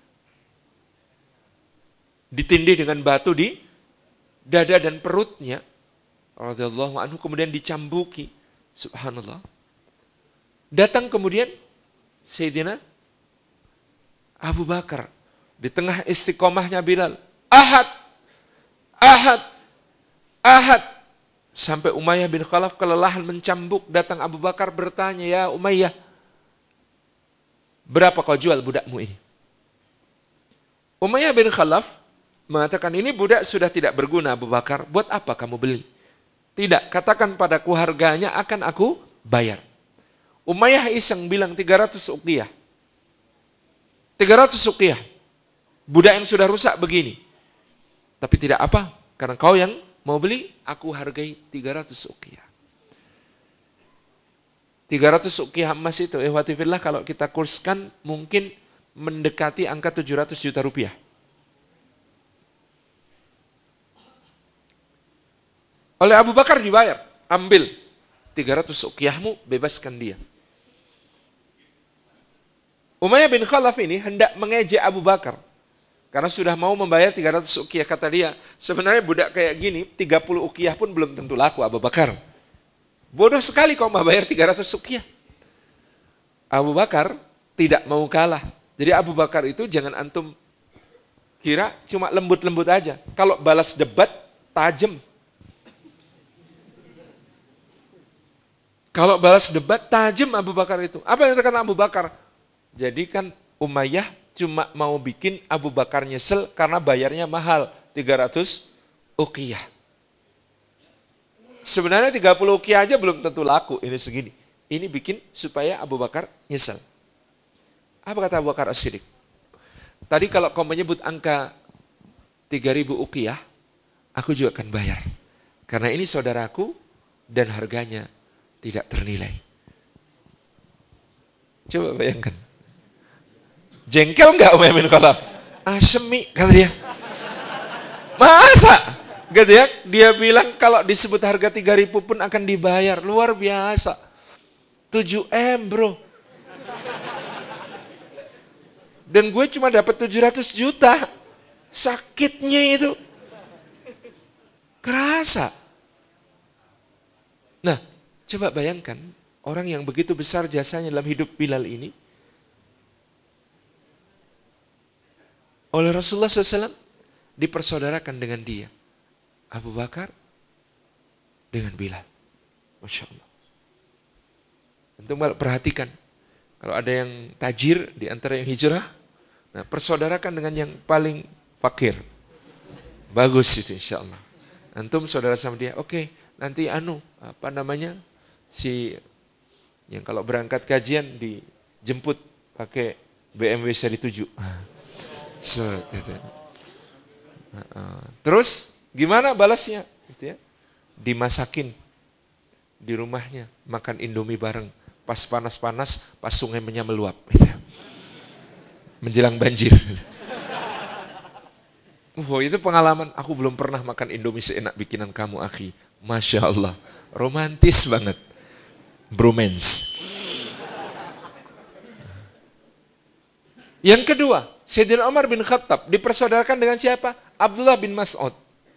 ditindih dengan batu di dada dan perutnya, radhiyallahu anhu, kemudian dicambuki, subhanallah. Datang kemudian Sayyidina Abu Bakar di tengah istiqomahnya Bilal, Ahad, Ahad, Ahad, sampai Umayyah bin Khalaf kelelahan mencambuk. Datang Abu Bakar bertanya, ya Umayyah, berapa kau jual budakmu ini? Umayyah bin Khalaf mengatakan, ini budak sudah tidak berguna Abu Bakar, buat apa kamu beli? Tidak, katakan padaku harganya akan aku bayar. Umayyah iseng bilang tiga ratus uqiyah. tiga ratus uqiyah. Budak yang sudah rusak begini. Tapi tidak apa, karena kau yang mau beli, aku hargai tiga ratus uqiyah. tiga ratus uqiyah emas itu, ikhwati fillah, kalau kita kurskan mungkin mendekati angka tujuh ratus juta rupiah. Oleh Abu Bakar dibayar, ambil tiga ratus uqiyahmu, bebaskan dia. Umayyah bin Khalaf ini hendak mengejek Abu Bakar karena sudah mau membayar tiga ratus uqiyah. Kata dia, sebenarnya budak kayak gini tiga puluh uqiyah pun belum tentu laku Abu Bakar. Bodoh sekali kau mau bayar tiga ratus uqiyah. Abu Bakar tidak mau kalah. Jadi Abu Bakar itu jangan antum kira cuma lembut-lembut aja. Kalau balas debat, tajam. Kalau balas debat, tajam Abu Bakar itu. Apa yang dikatakan Abu Bakar? Jadi kan Umayyah cuma mau bikin Abu Bakar nyesel karena bayarnya mahal, tiga ratus uqiyah. Sebenarnya tiga puluh uqiyah aja belum tentu laku, ini segini. Ini bikin supaya Abu Bakar nyesel. Apa kata Abu Bakar As-Siddiq? Tadi kalau kau menyebut angka tiga ribu uqiyah, aku juga akan bayar. Karena ini saudaraku dan harganya tidak ternilai. Coba bayangkan. Jengkel enggak Umayyah bin Khalaf? Asemi, kata dia. Masa? Gitu ya, dia bilang kalau disebut harga tiga ribu pun akan dibayar. Luar biasa. tujuh M bro. Dan gue cuma dapat tujuh ratus juta. Sakitnya itu. Kerasa. Nah, coba bayangkan. Orang yang begitu besar jasanya dalam hidup Bilal ini. Oleh Rasulullah shallallahu alaihi wasallam dipersaudarakan dengan dia. Abu Bakar dengan Bilal. Masya Allah. Tentu perhatikan. Kalau ada yang tajir di antara yang hijrah. Nah, persaudarakan dengan yang paling fakir. Bagus itu insya Allah. Antum saudara sama dia. Oke, nanti anu. Apa namanya. Si yang kalau berangkat kajian dijemput pakai B M W seri tujuh. So, gitu. Terus gimana balasnya? Gitu ya. Dimasakin di rumahnya, makan Indomie bareng. Pas panas-panas, pas sungainya meluap. Gitu. Menjelang banjir. Gitu. Oh, itu pengalaman. Aku belum pernah makan Indomie seenak bikinan kamu, akhi. Masya Allah. Romantis banget. Bromance. Yang kedua, Sayyidina Umar bin Khattab dipersaudarakan dengan siapa? Abdullah bin Mas'ud.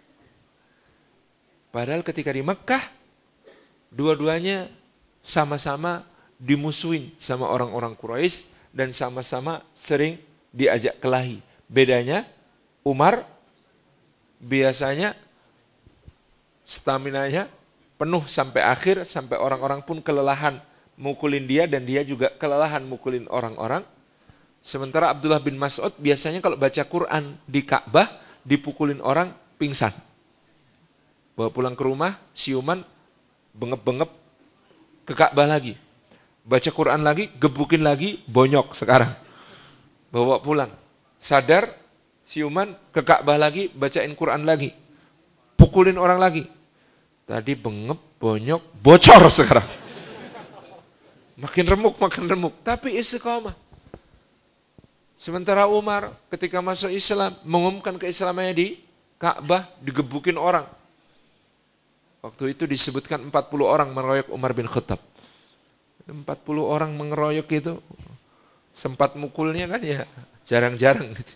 Padahal ketika di Mekkah, dua-duanya sama-sama dimusuhin sama orang-orang Quraisy dan sama-sama sering diajak kelahi. Bedanya, Umar biasanya staminanya penuh sampai akhir, sampai orang-orang pun kelelahan mukulin dia dan dia juga kelelahan mukulin orang-orang. Sementara Abdullah bin Mas'ud biasanya kalau baca Quran di Ka'bah dipukulin orang pingsan. Bawa pulang ke rumah, siuman, bengep-bengep ke Ka'bah lagi. Baca Quran lagi, gebukin lagi, bonyok sekarang. Bawa pulang. Sadar, siuman, ke Ka'bah lagi, bacain Quran lagi. Pukulin orang lagi. Tadi bengep, bonyok, bocor sekarang. Makin remuk, makin remuk. Tapi istiqomah. Sementara Umar ketika masuk Islam, mengumumkan keislamannya di Ka'bah, digebukin orang. Waktu itu disebutkan empat puluh orang mengeroyok Umar bin Khattab. empat puluh orang mengeroyok itu, sempat mukulnya kan ya jarang-jarang. Gitu.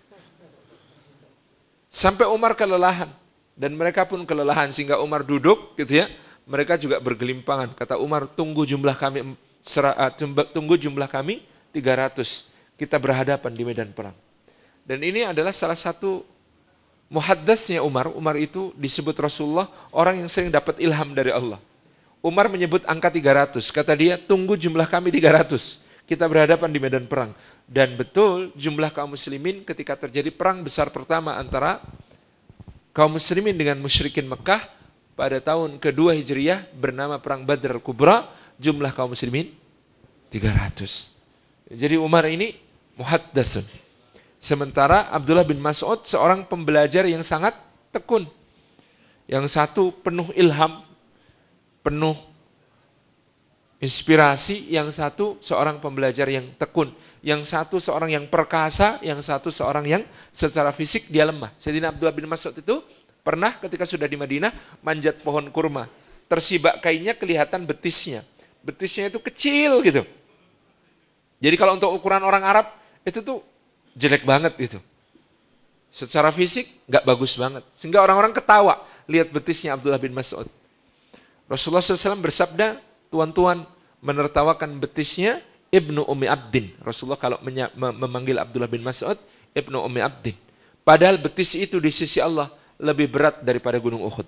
Sampai Umar kelelahan. Dan mereka pun kelelahan sehingga Umar duduk gitu ya. Mereka juga bergelimpangan. Kata Umar, tunggu jumlah kami tunggu jumlah kami tiga ratus. Kita berhadapan di medan perang. Dan ini adalah salah satu muhaddasnya Umar. Umar itu disebut Rasulullah orang yang sering dapat ilham dari Allah. Umar menyebut angka tiga ratus. Kata dia, tunggu jumlah kami tiga ratus. Kita berhadapan di medan perang. Dan betul jumlah kaum muslimin ketika terjadi perang besar pertama antara kaum muslimin dengan musyrikin Mekah pada tahun kedua Hijriyah bernama Perang Badr Kubra, jumlah kaum muslimin tiga ratus. Jadi Umar ini muhaddatsun. Sementara Abdullah bin Mas'ud seorang pembelajar yang sangat tekun. Yang satu penuh ilham, penuh inspirasi, yang satu seorang pembelajar yang tekun. Yang satu seorang yang perkasa, yang satu seorang yang secara fisik dia lemah. Sayyidina Abdullah bin Mas'ud itu pernah ketika sudah di Madinah manjat pohon kurma. Tersibak kainnya kelihatan betisnya. Betisnya itu kecil gitu. Jadi kalau untuk ukuran orang Arab itu tuh jelek banget gitu. Secara fisik nggak bagus banget. Sehingga orang-orang ketawa lihat betisnya Abdullah bin Mas'ud. Rasulullah shallallahu alaihi wasallam bersabda, tuan-tuan menertawakan betisnya Ibnu Ummi Abdin. Rasulullah kalau memanggil Abdullah bin Mas'ud Ibnu Ummi Abdin. Padahal betis itu di sisi Allah lebih berat daripada gunung Uhud.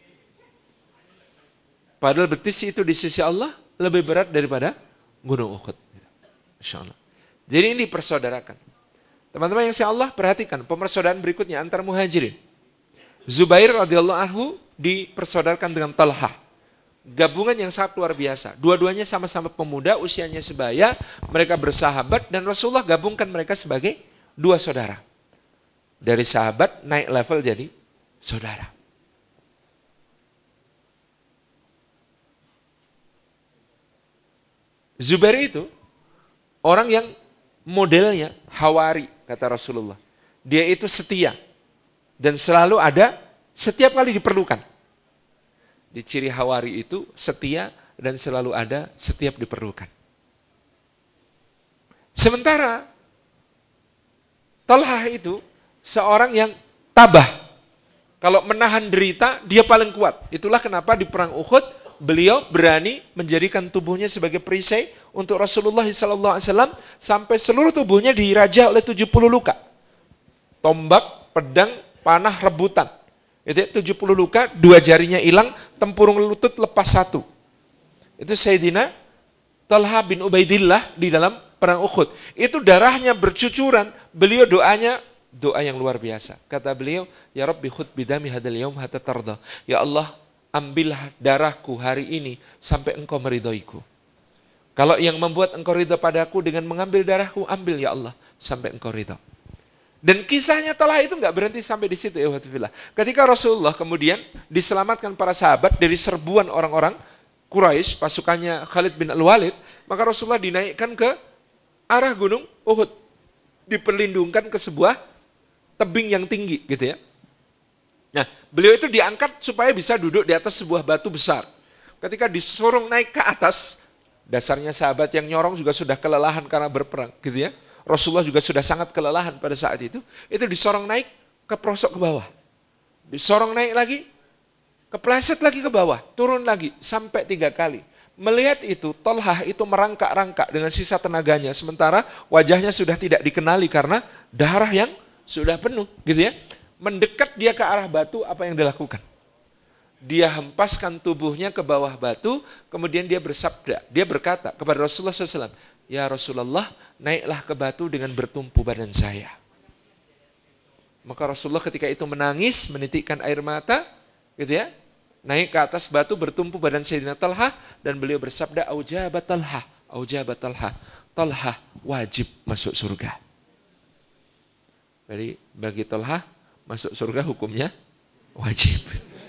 Padahal betis itu di sisi Allah lebih berat daripada gunung Uhud. Insya Allah. Jadi ini dipersaudarakan. Teman-teman yang saya Allah perhatikan pemersaudaraan berikutnya antar muhajirin. Zubair radhiyallahu anhu dipersaudarakan dengan Talhah. Gabungan yang sangat luar biasa. Dua-duanya sama-sama pemuda, usianya sebaya, mereka bersahabat dan Rasulullah gabungkan mereka sebagai dua saudara. Dari sahabat naik level jadi saudara. Zubair itu orang yang modelnya hawari, kata Rasulullah. Dia itu setia dan selalu ada Setiap kali diperlukan. Di ciri Hawari itu setia dan selalu ada setiap diperlukan. Sementara Talhah itu seorang yang tabah. Kalau menahan derita, dia paling kuat. Itulah kenapa di perang Uhud, beliau berani menjadikan tubuhnya sebagai perisai untuk Rasulullah shallallahu alaihi wasallam sampai seluruh tubuhnya dirajah oleh tujuh puluh luka. Tombak, pedang, panah, rebutan. Itu tujuh puluh luka, dua jarinya hilang, tempurung lutut lepas satu. Itu Sayyidina Talha bin Ubaidillah di dalam perang Uhud. Itu darahnya bercucuran, beliau doanya doa yang luar biasa. Kata beliau, ya Rabbi khud bidami hadal yaum hatta tarda. Ya Allah, ambillah darahku hari ini sampai engkau meridhoiku. Kalau yang membuat engkau ridha padaku dengan mengambil darahku, ambil ya Allah sampai engkau ridha. Dan kisahnya Talha itu nggak berhenti sampai di situ ya Watifillah. Ketika Rasulullah kemudian diselamatkan para sahabat dari serbuan orang-orang Quraisy, pasukannya Khalid bin Al-Walid, maka Rasulullah dinaikkan ke arah gunung Uhud, diperlindungkan ke sebuah tebing yang tinggi gitu ya. Nah, beliau itu diangkat supaya bisa duduk di atas sebuah batu besar. Ketika disuruh naik ke atas, dasarnya sahabat yang nyorong juga sudah kelelahan karena berperang gitu ya. Rasulullah juga sudah sangat kelelahan pada saat itu. Itu disorong naik ke pelosok ke bawah. Disorong naik lagi, kepleset lagi ke bawah, turun lagi sampai tiga kali. Melihat itu, Talhah itu merangkak-rangkak dengan sisa tenaganya. Sementara wajahnya sudah tidak dikenali karena darah yang sudah penuh gitu ya. Mendekat dia ke arah batu, apa yang dilakukan? Dia hempaskan tubuhnya ke bawah batu, kemudian dia bersabda, dia berkata kepada Rasulullah shallallahu alaihi wasallam, ya Rasulullah, naiklah ke batu dengan bertumpu badan saya. Maka Rasulullah ketika itu menangis, menitikkan air mata, gitu ya, naik ke atas batu bertumpu badan Sayyidina Talha, dan beliau bersabda, aujabat Talha, aujabat Talha, Talha wajib masuk surga. Jadi bagi Talha masuk surga hukumnya wajib.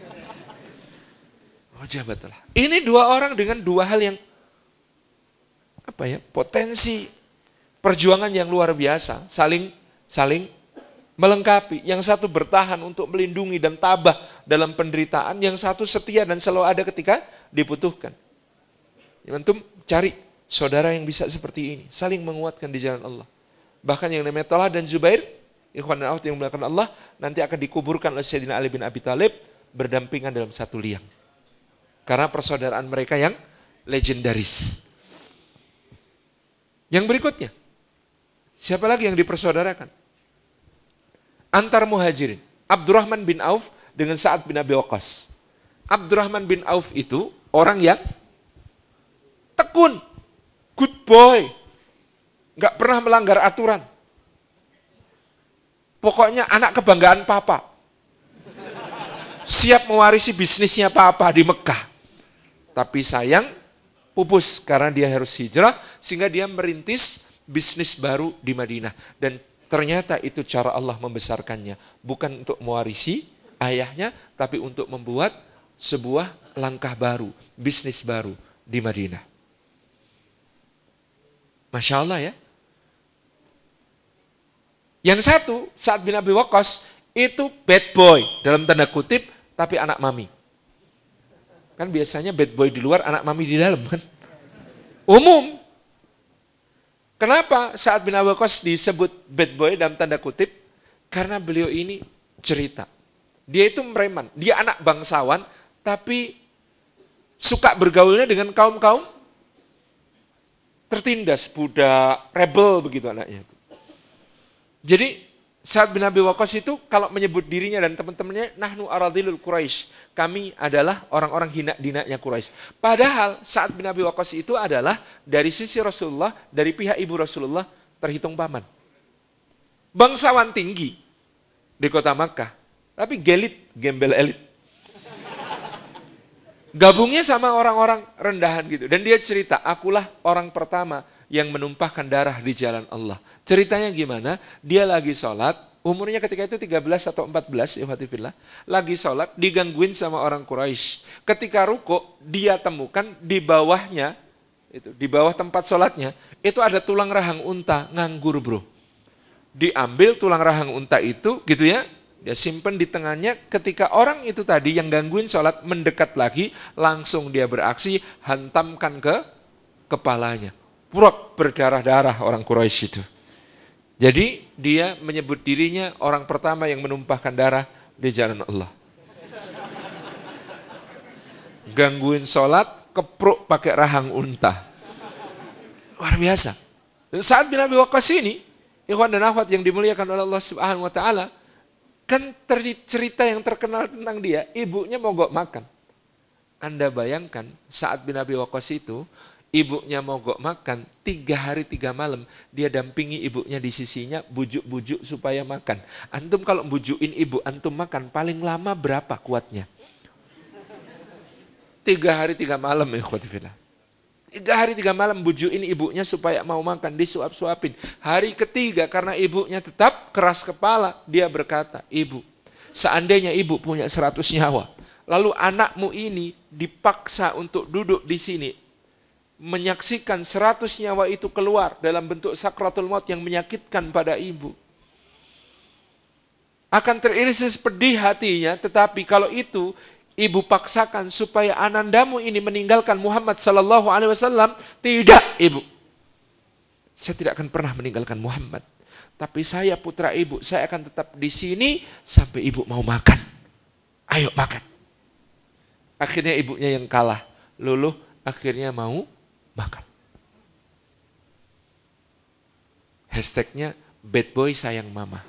Aujabat Talha. Ini dua orang dengan dua hal yang apa ya, potensi perjuangan yang luar biasa, saling saling melengkapi. Yang satu bertahan untuk melindungi dan tabah dalam penderitaan, yang satu setia dan selalu ada ketika dibutuhkan. Antum cari saudara yang bisa seperti ini, saling menguatkan di jalan Allah. Bahkan yang namanya Talha dan Zubair, ikhwan dan akhwat yang dimuliakan Allah, nanti akan dikuburkan oleh Sayyidina Ali bin Abi Thalib berdampingan dalam satu liang. Karena persaudaraan mereka yang legendaris. Yang berikutnya, siapa lagi yang dipersaudarakan? Antar muhajirin, Abdurrahman bin Auf dengan Sa'ad bin Abi Waqqas. Abdurrahman bin Auf itu orang yang tekun, good boy, gak pernah melanggar aturan. Pokoknya anak kebanggaan papa. Siap mewarisi bisnisnya papa di Mekah. Tapi sayang, pupus karena dia harus hijrah, sehingga dia merintis bisnis baru di Madinah. Dan ternyata itu cara Allah membesarkannya. Bukan untuk mewarisi ayahnya, tapi untuk membuat sebuah langkah baru, bisnis baru di Madinah. Masya Allah ya. Yang satu, Sa'ad bin Abi Waqqas, itu bad boy, dalam tanda kutip, tapi anak mami. Kan biasanya bad boy di luar, anak mami di dalam kan. Umum. Kenapa Sa'ad bin Abi Waqqas disebut bad boy dalam tanda kutip? Karena beliau ini cerita. Dia itu preman, dia anak bangsawan, tapi suka bergaulnya dengan kaum-kaum tertindas, budak, rebel begitu anaknya. Jadi Sa'ad bin Abi Waqqas itu kalau menyebut dirinya dan teman-temannya, nahnu aradhilul Quraisy, kami adalah orang-orang hina-dinanya Quraisy. Padahal Sa'ad bin Abi Waqqas itu adalah dari sisi Rasulullah, dari pihak ibu Rasulullah terhitung paman. Bangsawan tinggi di kota Makkah, tapi gelit, gembel elit. Gabungnya sama orang-orang rendahan gitu. Dan dia cerita, akulah orang pertama yang menumpahkan darah di jalan Allah. Ceritanya gimana? Dia lagi sholat, umurnya ketika itu tiga belas atau empat belas, ihwatifillah, lagi sholat, digangguin sama orang Quraisy. Ketika ruku, dia temukan di bawahnya, itu di bawah tempat sholatnya, itu ada tulang rahang unta nganggur bro. Diambil tulang rahang unta itu, gitu ya, Dia simpen di tangannya, ketika orang itu tadi yang gangguin sholat mendekat lagi, langsung dia beraksi, hantamkan ke kepalanya. Purok berdarah-darah orang Quraisy itu. Jadi dia menyebut dirinya orang pertama yang menumpahkan darah di jalan Allah. Gangguin sholat, kepruk pakai rahang unta. Luar biasa. Dan Sa'ad bin Abi Waqqas ini, ikhwan dan akhwat yang dimuliakan oleh Allah Subhanahu wa taala, kan cerita yang terkenal tentang dia, ibunya mogok makan. Anda bayangkan Sa'ad bin Abi Waqqas itu, ibunya mogok makan, tiga hari tiga malam, dia dampingi ibunya di sisinya, bujuk-bujuk supaya makan. Antum kalau bujukin ibu, antum makan, paling lama berapa kuatnya? Tiga hari tiga malam, ikhwatifillah. Tiga hari tiga malam bujukin ibunya supaya mau makan, disuap-suapin. Hari ketiga karena ibunya tetap keras kepala, dia berkata, ibu, seandainya ibu punya seratus nyawa, lalu anakmu ini dipaksa untuk duduk di sini, menyaksikan seratus nyawa itu keluar dalam bentuk sakratul maut yang menyakitkan pada ibu. Akan teriris pedih hatinya, tetapi kalau itu ibu paksakan supaya anandamu ini meninggalkan Muhammad sallallahu alaihi wasallam, tidak ibu. Saya tidak akan pernah meninggalkan Muhammad. Tapi saya putra ibu, saya akan tetap di sini sampai ibu mau makan. Ayo makan. Akhirnya ibunya yang kalah. Luluh akhirnya mau makan. Hashtagnya bad boy sayang mama.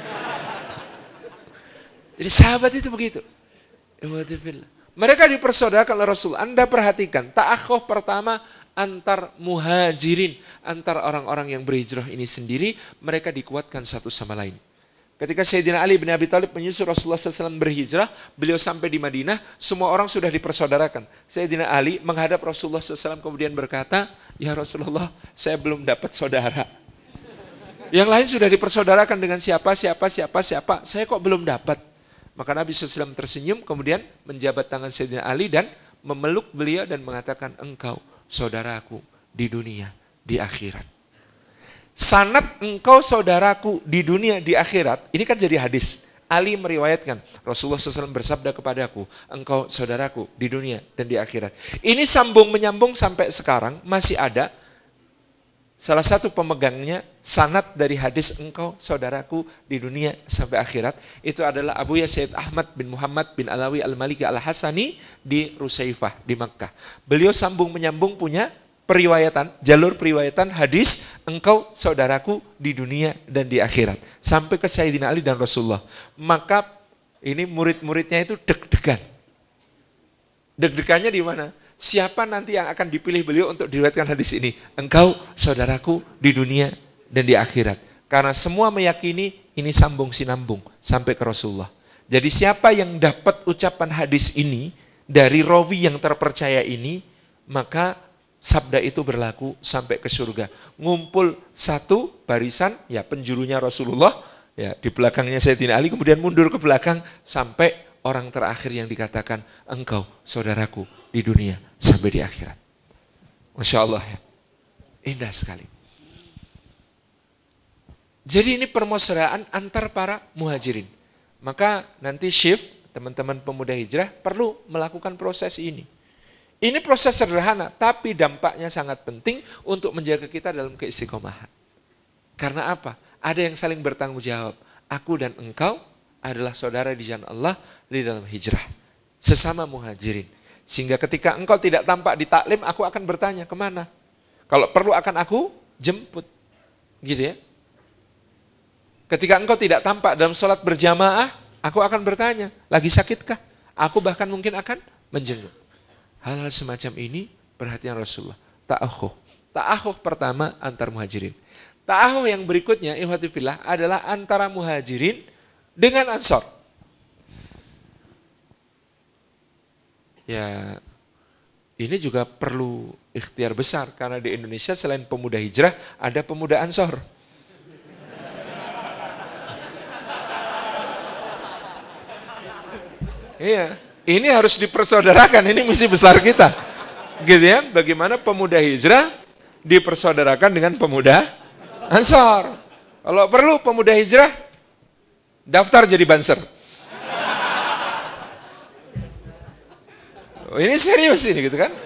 Jadi sahabat itu begitu. Mereka dipersaudarakan oleh Rasul. Anda perhatikan, ta'akhuf pertama antar muhajirin, antar orang-orang yang berhijrah ini sendiri, mereka dikuatkan satu sama lain. Ketika Sayyidina Ali bin Abi Thalib menyusul Rasulullah shallallahu alaihi wasallam berhijrah, beliau sampai di Madinah, semua orang sudah dipersaudarakan. Sayyidina Ali menghadap Rasulullah shallallahu alaihi wasallam kemudian berkata, ya Rasulullah, saya belum dapat saudara. Yang lain sudah dipersaudarakan dengan siapa, siapa, siapa, siapa, saya kok belum dapat. Maka Nabi shallallahu alaihi wasallam tersenyum, kemudian menjabat tangan Sayyidina Ali dan memeluk beliau dan mengatakan, engkau saudaraku di dunia, di akhirat. Sanad engkau saudaraku di dunia, di akhirat, ini kan jadi hadis. Ali meriwayatkan, Rasulullah shallallahu alaihi wasallam bersabda kepadaku, engkau saudaraku di dunia dan di akhirat. Ini sambung menyambung sampai sekarang, masih ada. Salah satu pemegangnya, sanad dari hadis engkau saudaraku di dunia sampai akhirat, itu adalah Abu Yazid Ahmad bin Muhammad bin Alawi Al-Maliki Al-Hasani di Rusaifah, di Makkah. Beliau sambung menyambung punya periwayatan, jalur periwayatan hadis engkau saudaraku di dunia dan di akhirat. Sampai ke Sayyidina Ali dan Rasulullah. Maka ini murid-muridnya itu deg-degan. Deg-degannya di mana? Siapa nanti yang akan dipilih beliau untuk diriwayatkan hadis ini? Engkau saudaraku di dunia dan di akhirat. Karena semua meyakini ini sambung sinambung sampai ke Rasulullah. Jadi siapa yang dapat ucapan hadis ini dari rawi yang terpercaya ini, maka sabda itu berlaku sampai ke surga. Ngumpul satu barisan, ya penjurunya Rasulullah, ya di belakangnya Sayyidina Ali, kemudian mundur ke belakang sampai orang terakhir yang dikatakan engkau saudaraku di dunia sampai di akhirat. Masya Allah ya. Indah sekali. Jadi ini permesraan antar para muhajirin. Maka nanti shift, teman-teman pemuda hijrah perlu melakukan proses ini. Ini proses sederhana, tapi dampaknya sangat penting untuk menjaga kita dalam keistiqomahan. Karena apa? Ada yang saling bertanggung jawab. Aku dan engkau adalah saudara di jalan Allah di dalam hijrah. Sesama muhajirin. Sehingga ketika engkau tidak tampak di taklim, aku akan bertanya, kemana? Kalau perlu akan aku jemput. Gitu ya. Ketika engkau tidak tampak dalam sholat berjamaah, aku akan bertanya, lagi sakitkah? Aku bahkan mungkin akan menjenguk. Hal-hal semacam ini perhatian Rasulullah. Ta'akhuh. Ta'akhuh pertama antar muhajirin. Ta'akhuh yang berikutnya, ikhwati fillah, adalah antara muhajirin dengan ansor. Ya, ini juga perlu ikhtiar besar karena di Indonesia selain pemuda hijrah ada pemuda ansor. Iya, ini harus dipersaudarakan, ini misi besar kita. Gitu ya, bagaimana pemuda hijrah dipersaudarakan dengan pemuda ansor. Kalau perlu pemuda hijrah daftar jadi banser. Oh, ini serius ini gitu kan?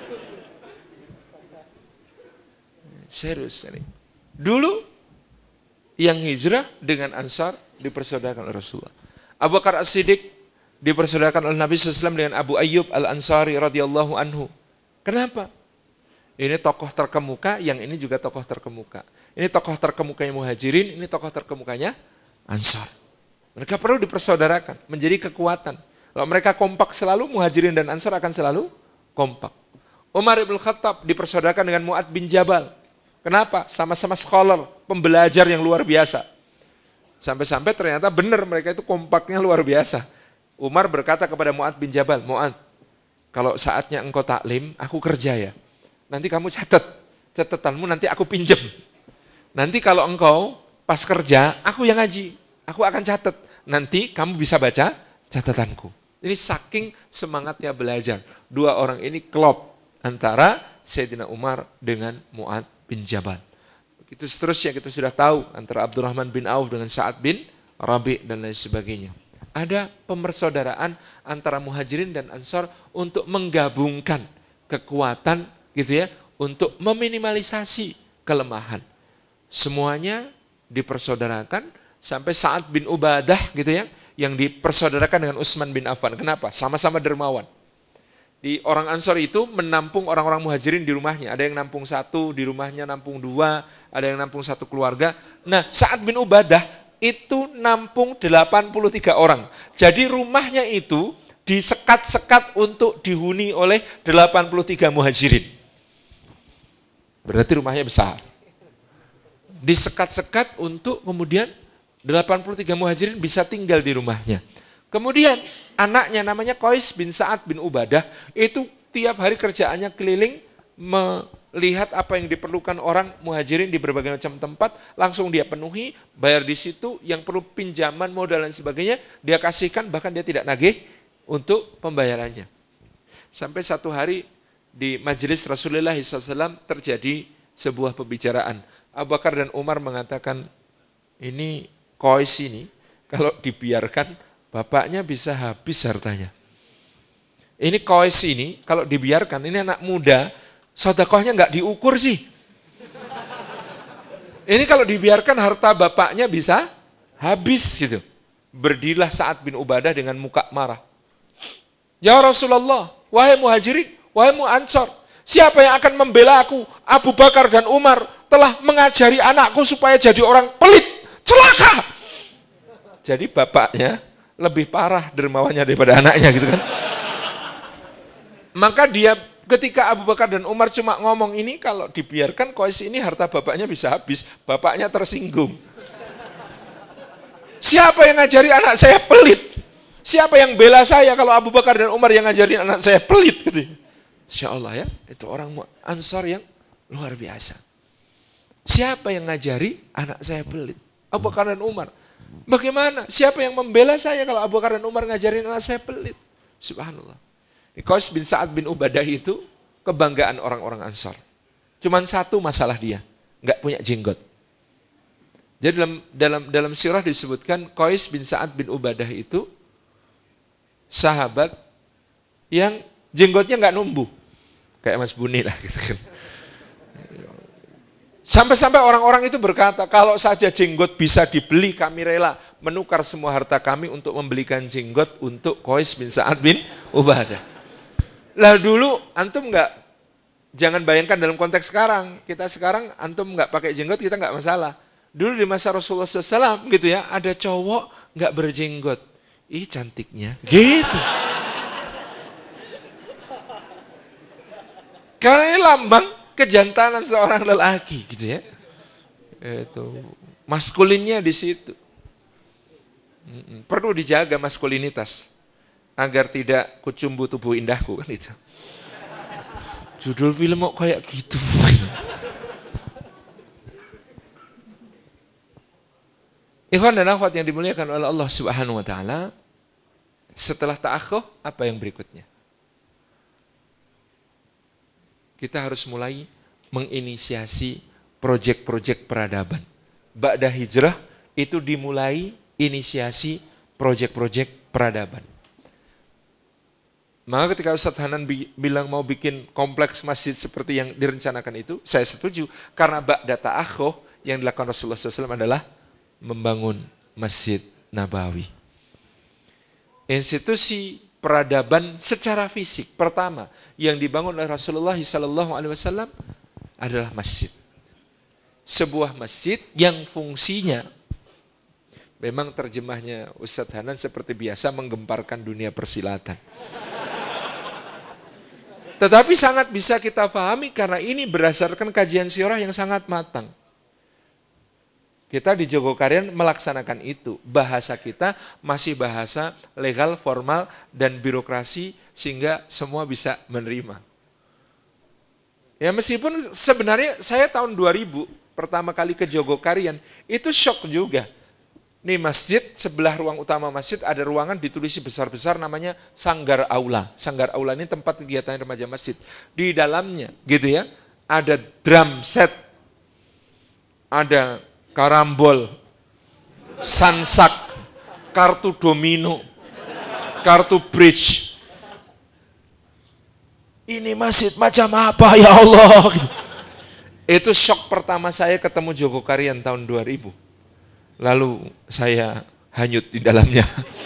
Serius ini. Dulu yang hijrah dengan Ansar dipersaudarakan oleh Rasulullah. Abu Bakar As-Siddiq dipersaudarakan oleh Nabi shallallahu alaihi wasallam dengan Abu Ayyub Al-Ansari radhiyallahu anhu. Kenapa? Ini tokoh terkemuka, yang ini juga tokoh terkemuka. Ini tokoh terkemukanya Muhajirin, ini tokoh terkemukanya Ansar. Mereka perlu dipersaudarakan, menjadi kekuatan. Kalau mereka kompak selalu, Muhajirin dan Ansar akan selalu kompak. Umar ibn Khattab dipersaudarakan dengan Mu'ad bin Jabal. Kenapa? Sama-sama scholar, pembelajar yang luar biasa. Sampai-sampai ternyata benar mereka itu kompaknya luar biasa. Umar berkata kepada Mu'ad bin Jabal, Mu'ad, kalau saatnya engkau taklim, aku kerja ya. Nanti kamu catat, catatanmu nanti aku pinjem. Nanti kalau engkau pas kerja, aku yang ngaji. Aku akan catat. Nanti kamu bisa baca catatanku. Ini saking semangatnya belajar. Dua orang ini klop antara Sayyidina Umar dengan Mu'ad bin Jabal. Begitu seterusnya kita sudah tahu antara Abdurrahman bin Auf dengan Sa'ad bin Rabi' dan lain sebagainya. Ada pemersaudaraan antara Muhajirin dan Ansar untuk menggabungkan kekuatan gitu ya, untuk meminimalisasi kelemahan. Semuanya dipersaudarakan sampai Sa'ad bin Ubadah gitu ya, yang dipersaudarakan dengan Utsman bin Affan. Kenapa? Sama-sama dermawan. Di orang Ansor itu menampung orang-orang Muhajirin di rumahnya. Ada yang nampung satu, di rumahnya nampung dua, ada yang nampung satu keluarga. Nah, Sa'ad bin Ubadah itu nampung delapan puluh tiga orang. Jadi rumahnya itu disekat-sekat untuk dihuni oleh delapan puluh tiga Muhajirin. Berarti rumahnya besar. Disekat-sekat untuk kemudian delapan puluh tiga Muhajirin bisa tinggal di rumahnya. Kemudian anaknya namanya Qais bin Sa'ad bin Ubadah, itu tiap hari kerjaannya keliling melihat apa yang diperlukan orang Muhajirin di berbagai macam tempat, langsung dia penuhi, bayar di situ, yang perlu pinjaman, modal dan sebagainya, dia kasihkan, bahkan dia tidak nagih untuk pembayarannya. Sampai satu hari di majelis Rasulullah shallallahu alaihi wasallam terjadi sebuah pembicaraan. Abu Bakar dan Umar mengatakan, ini Qais ini kalau dibiarkan bapaknya bisa habis hartanya. Ini Qais ini kalau dibiarkan, ini anak muda, sedekahnya nggak diukur sih. Ini kalau dibiarkan harta bapaknya bisa habis gitu. Berdirilah Sa'ad bin Ubadah dengan muka marah. Ya Rasulullah, wahai Muhajirin, wahai Ansar, siapa yang akan membela aku? Abu Bakar dan Umar telah mengajari anakku supaya jadi orang pelit. Celaka. Jadi bapaknya lebih parah dermawannya daripada anaknya gitu kan. Maka dia ketika Abu Bakar dan Umar cuma ngomong ini, kalau dibiarkan Qais ini harta bapaknya bisa habis, bapaknya tersinggung. Siapa yang ngajari anak saya pelit? Siapa yang bela saya kalau Abu Bakar dan Umar yang ngajarin anak saya pelit gitu. Insya Allah ya, itu orang Ansar yang luar biasa. Siapa yang ngajari anak saya pelit? Abu Bakar dan Umar. Bagaimana? Siapa yang membela saya kalau Abu Bakar dan Umar ngajarin anak saya pelit? Subhanallah. Qais bin Sa'ad bin Ubadah itu kebanggaan orang-orang Ansar. Cuman satu masalah dia, nggak punya jenggot. Jadi dalam dalam dalam sirah disebutkan Qais bin Sa'ad bin Ubadah itu sahabat yang jenggotnya nggak numbuh, kayak Mas Buni lah gitu kan. Sampai-sampai orang-orang itu berkata, kalau saja jenggot bisa dibeli, kami rela menukar semua harta kami untuk membelikan jenggot untuk Qais bin Sa'ad bin Ubadah. Lah dulu antum nggak, jangan bayangkan dalam konteks sekarang. Kita sekarang antum nggak pakai jenggot kita nggak masalah. Dulu di masa Rasulullah shallallahu alaihi wasallam gitu ya, ada cowok nggak berjenggot. Ih cantiknya, gitu. Karena ini lambang kejantanan seorang lelaki gitu ya. Itu maskulinnya di situ. Perlu dijaga maskulinitas agar tidak kucumbu tubuh indahku kan itu. Judul film kok kayak gitu. Ikhwan dan akhwat yang dimuliakan oleh Allah Subhanahu wa taala, setelah ta'akhuh apa yang berikutnya? Kita harus mulai menginisiasi proyek-proyek peradaban. Ba'da hijrah itu dimulai inisiasi proyek-proyek peradaban. Maka ketika Ustadz Hanan bi bilang mau bikin kompleks masjid seperti yang direncanakan itu, saya setuju. Karena ba'da ta'akhuh yang dilakukan Rasulullah shallallahu alaihi wasallam adalah membangun Masjid Nabawi. Institusi peradaban secara fisik pertama yang dibangun oleh Rasulullah shallallahu alaihi wasallam adalah masjid. Sebuah masjid yang fungsinya, memang terjemahnya Ustadz Hanan seperti biasa menggemparkan dunia persilatan. Tetapi sangat bisa kita pahami karena ini berdasarkan kajian sirah yang sangat matang. Kita di Jogokarian melaksanakan itu. Bahasa kita masih bahasa legal, formal, dan birokrasi sehingga semua bisa menerima. Ya meskipun sebenarnya saya tahun dua ribu pertama kali ke Jogokarian itu shock juga. Nih masjid, sebelah ruang utama masjid ada ruangan ditulisi besar-besar namanya Sanggar Aula. Sanggar Aula ini tempat kegiatan remaja masjid. Di dalamnya gitu ya, ada drum set, ada karambol, sansak, kartu domino, kartu bridge. Ini masjid macam apa ya Allah? Gitu. Itu shock pertama saya ketemu Jogokarian tahun dua ribu. Lalu saya hanyut di dalamnya.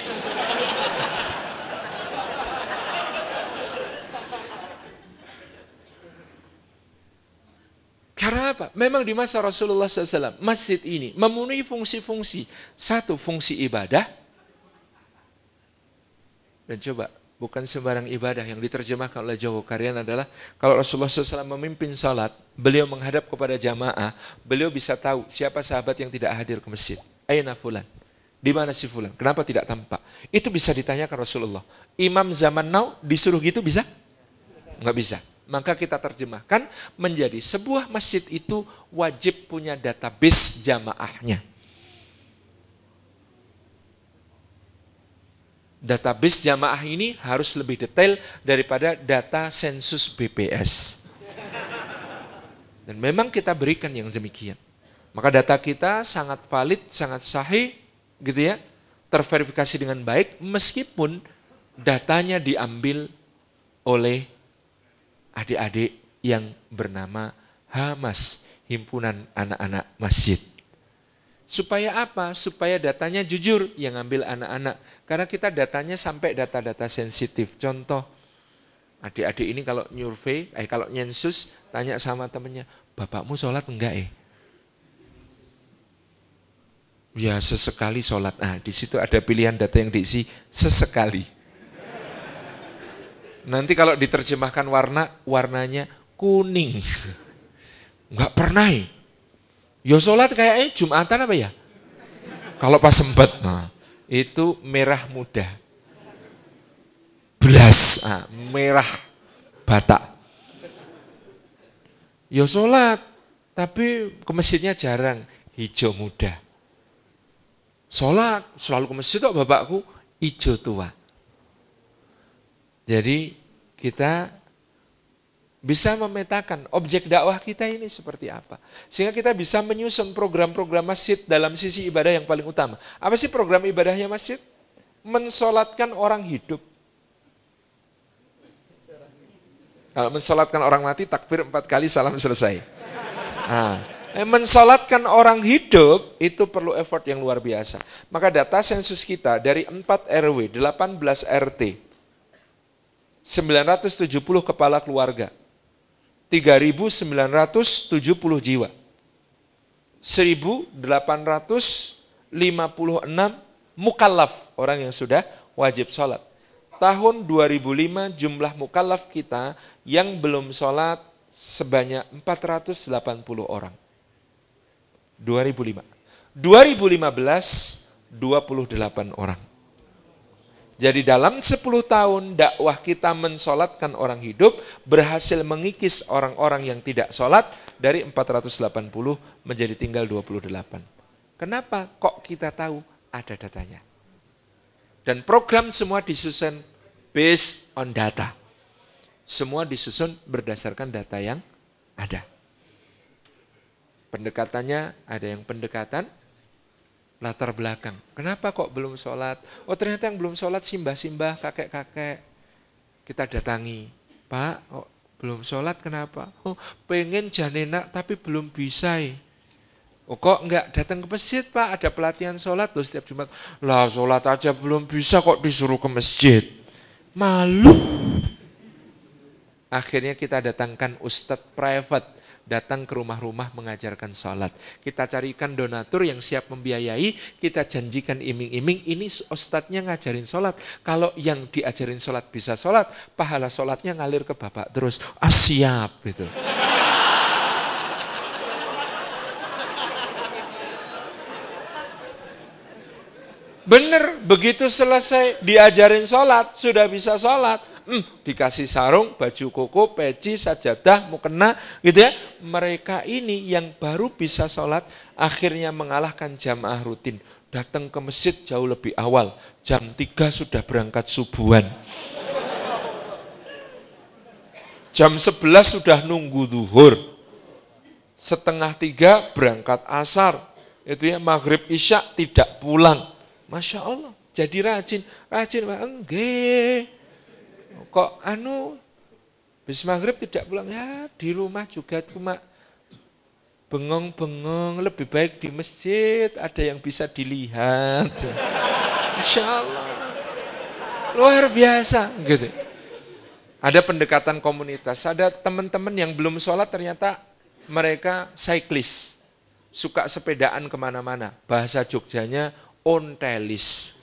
Karena apa? Memang di masa Rasulullah shallallahu alaihi wasallam, masjid ini memenuhi fungsi-fungsi. Satu, fungsi ibadah. Dan coba, bukan sembarang ibadah yang diterjemahkan oleh Jogokarian adalah, kalau Rasulullah shallallahu alaihi wasallam memimpin salat, beliau menghadap kepada jamaah, beliau bisa tahu siapa sahabat yang tidak hadir ke masjid. Aina fulan? Di mana si fulan? Kenapa tidak tampak? Itu bisa ditanyakan Rasulullah. Imam zaman now disuruh gitu bisa? Enggak bisa. Maka kita terjemahkan menjadi sebuah masjid itu wajib punya database jamaahnya. Database jamaah ini harus lebih detail daripada data sensus B P S. Dan memang kita berikan yang demikian. Maka data kita sangat valid, sangat sahih, gitu ya, terverifikasi dengan baik, meskipun datanya diambil oleh adik-adik yang bernama Hamas, Himpunan Anak-anak Masjid. Supaya apa? Supaya datanya jujur yang ambil anak-anak. Karena kita datanya sampai data-data sensitif. Contoh, adik-adik ini kalau nyurvei, eh kalau nyensus, tanya sama temennya, bapakmu sholat enggak eh? Ya sesekali sholat. Nah di situ ada pilihan data yang diisi sesekali. Nanti kalau diterjemahkan warna, warnanya kuning. Enggak pernah eh. Ya sholat kayaknya Jumatan apa ya? Kalau pas sempat, nah, itu merah muda. Belas, nah, merah batak. Ya sholat, tapi ke masjidnya jarang, hijau muda. Sholat, selalu ke masjid kok bapakku, hijau tua. Jadi kita bisa memetakan objek dakwah kita ini seperti apa. Sehingga kita bisa menyusun program-program masjid dalam sisi ibadah yang paling utama. Apa sih program ibadahnya masjid? Mensolatkan orang hidup. Kalau mensolatkan orang mati, takbir empat kali, salam selesai. Nah, mensolatkan orang hidup itu perlu effort yang luar biasa. Maka data sensus kita dari empat R W, delapan belas R T, sembilan ratus tujuh puluh kepala keluarga, tiga ribu sembilan ratus tujuh puluh jiwa, seribu delapan ratus lima puluh enam mukallaf, orang yang sudah wajib sholat. Tahun dua ribu lima jumlah mukallaf kita yang belum sholat sebanyak empat ratus delapan puluh orang. dua ribu lima. dua ribu lima belas, dua puluh delapan orang. Jadi dalam sepuluh tahun dakwah kita mensolatkan orang hidup berhasil mengikis orang-orang yang tidak solat dari empat ratus delapan puluh menjadi tinggal dua puluh delapan. Kenapa? Kok kita tahu? Ada datanya. Dan program semua disusun based on data. Semua disusun berdasarkan data yang ada. Pendekatannya ada yang pendekatan latar belakang. Kenapa kok belum sholat? Oh ternyata yang belum sholat simbah-simbah, kakek-kakek. Kita datangi, Pak, oh, belum sholat kenapa? Oh pengen janenak tapi belum bisa. Ya. Oh kok enggak datang ke masjid Pak, ada pelatihan sholat loh setiap Jumat. Lah sholat aja belum bisa kok disuruh ke masjid. Malu. Akhirnya kita datangkan ustadz private, datang ke rumah-rumah mengajarkan sholat. Kita carikan donatur yang siap membiayai, kita janjikan iming-iming, ini ustadznya ngajarin sholat. Kalau yang diajarin sholat bisa sholat, pahala sholatnya ngalir ke bapak terus. Ah siap gitu. Bener, begitu selesai diajarin sholat, sudah bisa sholat. Hmm, dikasih sarung, baju koko, peci, sajadah, mukena, gitu ya. Mereka ini yang baru bisa sholat, akhirnya mengalahkan jamaah rutin. Datang ke masjid jauh lebih awal, jam tiga sudah berangkat subuhan. Jam sebelas sudah nunggu zuhur. Setengah tiga berangkat asar. Itu ya, maghrib isya tidak pulang. Masya Allah, jadi rajin, rajin, enggak. Kok anu, bis maghrib tidak pulang, ya di rumah juga cuma bengong-bengong, lebih baik di masjid, ada yang bisa dilihat. Masya Allah, luar biasa. Gitu. Ada pendekatan komunitas, ada teman-teman yang belum sholat ternyata mereka cyclist, suka sepedaan kemana-mana, bahasa Jogjanya ontelis.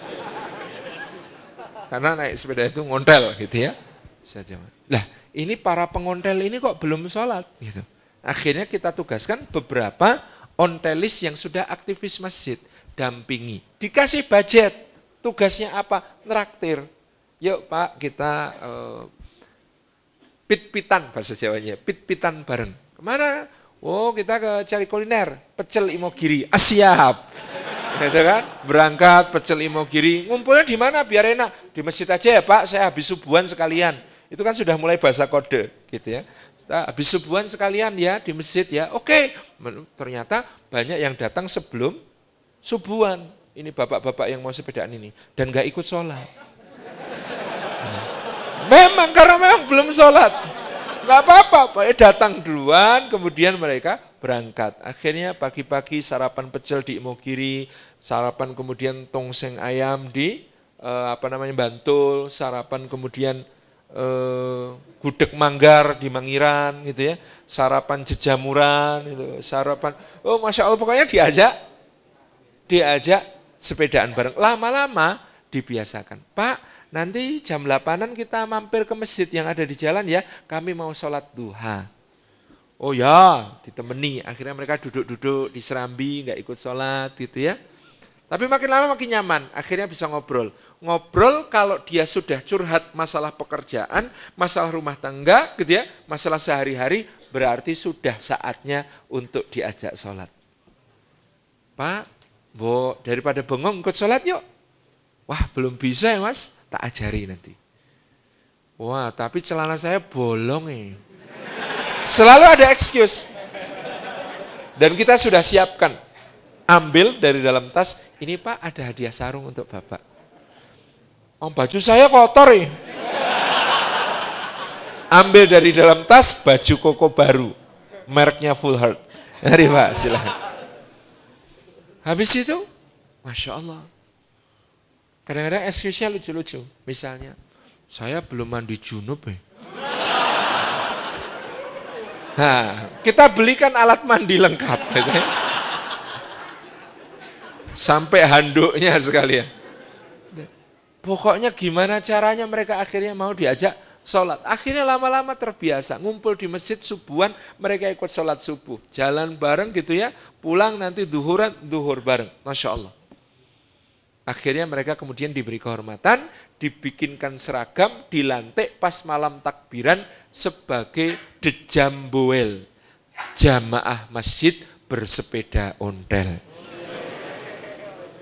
Karena naik sepeda itu ngontel gitu ya. Lah ini para pengontel ini kok belum sholat gitu. Akhirnya kita tugaskan beberapa ontelis yang sudah aktivis masjid. Dampingi. Dikasih budget. Tugasnya apa? Neraktir. Yuk Pak kita uh, pit-pitan bahasa Jawanya. Pit-pitan bareng. Kemana? Oh kita ke cari kuliner. Pecel Imogiri. Ah, siap. Gitu kan, berangkat pecel Imogiri, ngumpulnya di mana biar enak? Di masjid aja ya Pak, saya habis subuhan sekalian. Itu kan sudah mulai bahasa kode, gitu ya. Kita habis subuhan sekalian ya di masjid ya. Oke, ternyata banyak yang datang sebelum subuhan. Ini bapak-bapak yang mau sepedaan ini dan nggak ikut sholat. Memang karena memang belum sholat, nggak apa-apa, datang duluan, kemudian mereka berangkat. Akhirnya pagi-pagi sarapan pecel di Imogiri, sarapan kemudian tongseng ayam di eh, apa namanya Bantul, sarapan kemudian eh, gudeg manggar di Mangiran gitu ya, sarapan jejamuran gitu, sarapan. Oh Masya Allah pokoknya diajak, diajak sepedaan bareng. Lama-lama dibiasakan. Pak, nanti jam delapanan kita mampir ke masjid yang ada di jalan ya, kami mau sholat duha. Oh ya, ditemani. Akhirnya mereka duduk-duduk di serambi, nggak ikut sholat gitu ya. Tapi makin lama makin nyaman, akhirnya bisa ngobrol. Ngobrol kalau dia sudah curhat masalah pekerjaan, masalah rumah tangga gitu ya, masalah sehari-hari, berarti sudah saatnya untuk diajak sholat. Pak, Bo, daripada bengong ikut sholat yuk. Wah belum bisa ya mas, tak ajari nanti. Wah tapi celana saya bolong ya. Selalu ada excuse. Dan kita sudah siapkan. Ambil dari dalam tas, ini Pak ada hadiah sarung untuk Bapak. Oh baju saya kotor ya. Ambil dari dalam tas baju koko baru. Mereknya Full Heart. Mari Pak silahkan. Habis itu, Masya Allah. Kadang-kadang excuse-nya lucu-lucu. Misalnya, saya belum mandi junub ya. Nah, kita belikan alat mandi lengkap. Gitu ya. Sampai handuknya sekalian. Pokoknya gimana caranya mereka akhirnya mau diajak sholat. Akhirnya lama-lama terbiasa. Ngumpul di masjid subuhan, mereka ikut sholat subuh. Jalan bareng gitu ya, pulang nanti duhuran, duhur bareng. Masya Allah. Akhirnya mereka kemudian diberi kehormatan, dibikinkan seragam, dilantik pas malam takbiran sebagai dejamboel, jamaah masjid bersepeda ontel.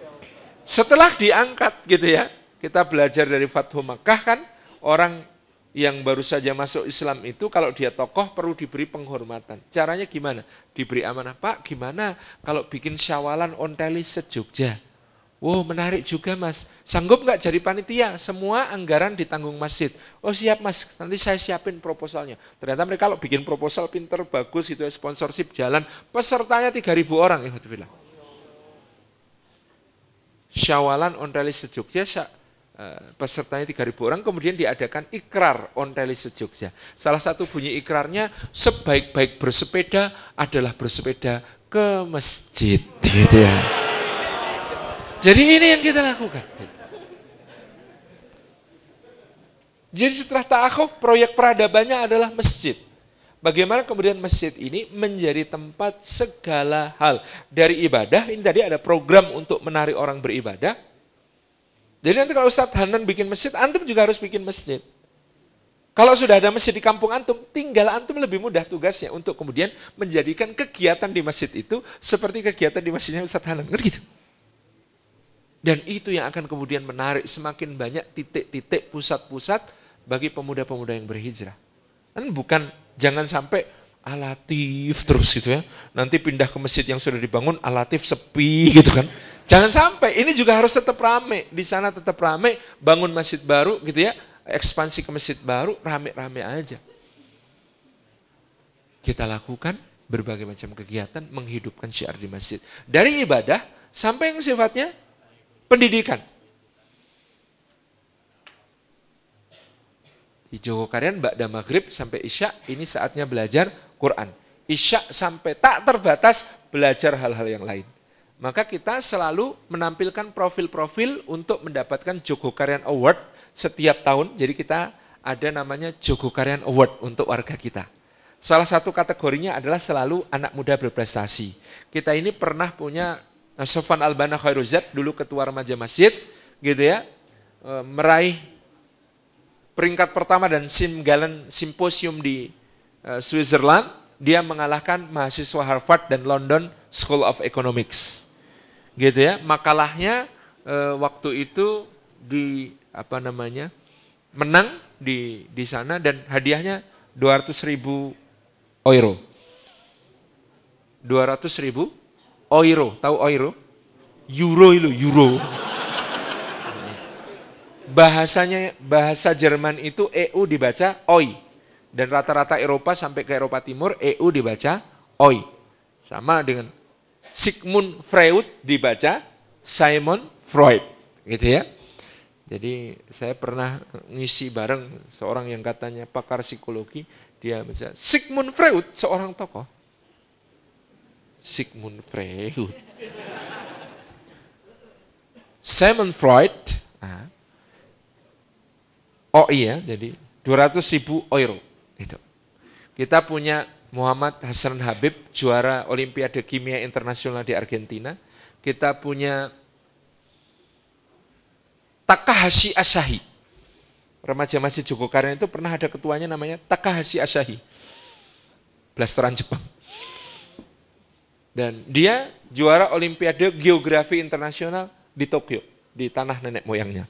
Setelah diangkat gitu ya, kita belajar dari Fathu Makkah kan, orang yang baru saja masuk Islam itu kalau dia tokoh perlu diberi penghormatan. Caranya gimana? Diberi amanah, Pak gimana kalau bikin syawalan onteli se-Jogja? Wow menarik juga mas, sanggup nggak jadi panitia? Semua anggaran ditanggung masjid. Oh siap mas, nanti saya siapin proposalnya. Ternyata mereka kalau bikin proposal pinter, bagus gitu ya, sponsorship jalan, pesertanya tiga ribu orang. Ya, bilang. Syawalan onteli se-Jogja, pesertanya tiga ribu orang, kemudian diadakan ikrar onteli se-Jogja. Salah satu bunyi ikrarnya, sebaik-baik bersepeda adalah bersepeda ke masjid. Gitu ya. Jadi ini yang kita lakukan. Jadi setelah ta'akhuf, proyek peradabannya adalah masjid. Bagaimana kemudian masjid ini menjadi tempat segala hal. Dari ibadah, ini tadi ada program untuk menarik orang beribadah. Jadi nanti kalau Ustadz Hanan bikin masjid, antum juga harus bikin masjid. Kalau sudah ada masjid di kampung antum, tinggal antum lebih mudah tugasnya untuk kemudian menjadikan kegiatan di masjid itu seperti kegiatan di masjidnya Ustadz Hanan. Kan gitu. Dan itu yang akan kemudian menarik semakin banyak titik-titik pusat-pusat bagi pemuda-pemuda yang berhijrah. Dan bukan, jangan sampai alatif terus gitu ya. Nanti pindah ke masjid yang sudah dibangun, alatif sepi gitu kan. Jangan sampai, ini juga harus tetap rame. Di sana tetap rame, bangun masjid baru gitu ya. Ekspansi ke masjid baru, rame-rame aja. Kita lakukan berbagai macam kegiatan menghidupkan syiar di masjid. Dari ibadah sampai yang sifatnya pendidikan. Di Jogokarian Ba'da Maghrib sampai Isya ini saatnya belajar Quran. Isya sampai tak terbatas belajar hal-hal yang lain. Maka kita selalu menampilkan profil-profil untuk mendapatkan Jogokarian Award setiap tahun. Jadi kita ada namanya Jogokarian Award untuk warga kita. Salah satu kategorinya adalah selalu anak muda berprestasi. Kita ini pernah punya Sofwan Albana Khairuzat, dulu ketua remaja masjid, gitu ya, meraih peringkat pertama dan Simgalen Symposium di uh, Switzerland. Dia mengalahkan mahasiswa Harvard dan London School of Economics, gitu ya. Makalahnya uh, waktu itu di apa namanya menang di di sana dan hadiahnya dua ratus ribu euro, dua ratus ribu euro, tahu euro? Euro itu, euro. Bahasanya, bahasa Jerman itu E U dibaca oi. Dan rata-rata Eropa sampai ke Eropa Timur E U dibaca oi. Sama dengan Sigmund Freud dibaca Simon Freud. Gitu ya. Jadi saya pernah ngisi bareng seorang yang katanya pakar psikologi. Dia baca Sigmund Freud, seorang tokoh. Sigmund Freud. Simon Freud. Ah. Oh iya, jadi dua ratus ribu euro. Itu. Kita punya Muhammad Hasan Habib, juara Olimpiade Kimia Internasional di Argentina. Kita punya Takahashi Asahi. Remaja masjid Jogokarian itu pernah ada ketuanya namanya Takahashi Asahi. Blasteran Jepang. Dan dia juara Olimpiade Geografi Internasional di Tokyo, di tanah nenek moyangnya.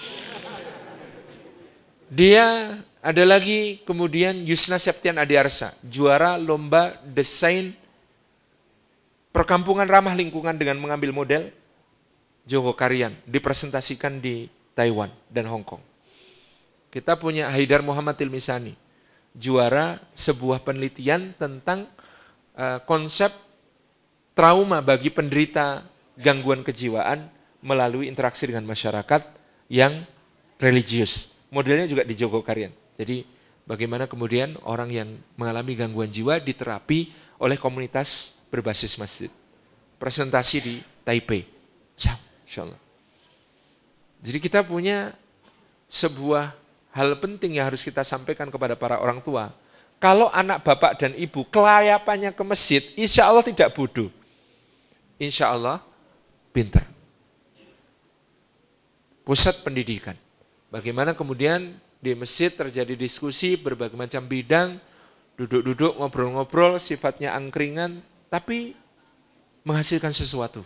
Dia ada lagi kemudian Yusna Septian Adiarsa, juara lomba desain perkampungan ramah lingkungan dengan mengambil model Jogokarian, dipresentasikan di Taiwan dan Hong Kong. Kita punya Haidar Muhammad Tilmisani, juara sebuah penelitian tentang uh, konsep trauma bagi penderita gangguan kejiwaan melalui interaksi dengan masyarakat yang religius. Modelnya juga di Jogokarian. Jadi bagaimana kemudian orang yang mengalami gangguan jiwa diterapi oleh komunitas berbasis masjid. Presentasi di Taipei. Insyaallah. Jadi kita punya sebuah hal penting yang harus kita sampaikan kepada para orang tua. Kalau anak bapak dan ibu kelayapannya ke masjid, insya Allah tidak bodoh. Insya Allah pintar. Pusat pendidikan. Bagaimana kemudian di masjid terjadi diskusi berbagai macam bidang, duduk-duduk, ngobrol-ngobrol, sifatnya angkringan, tapi menghasilkan sesuatu.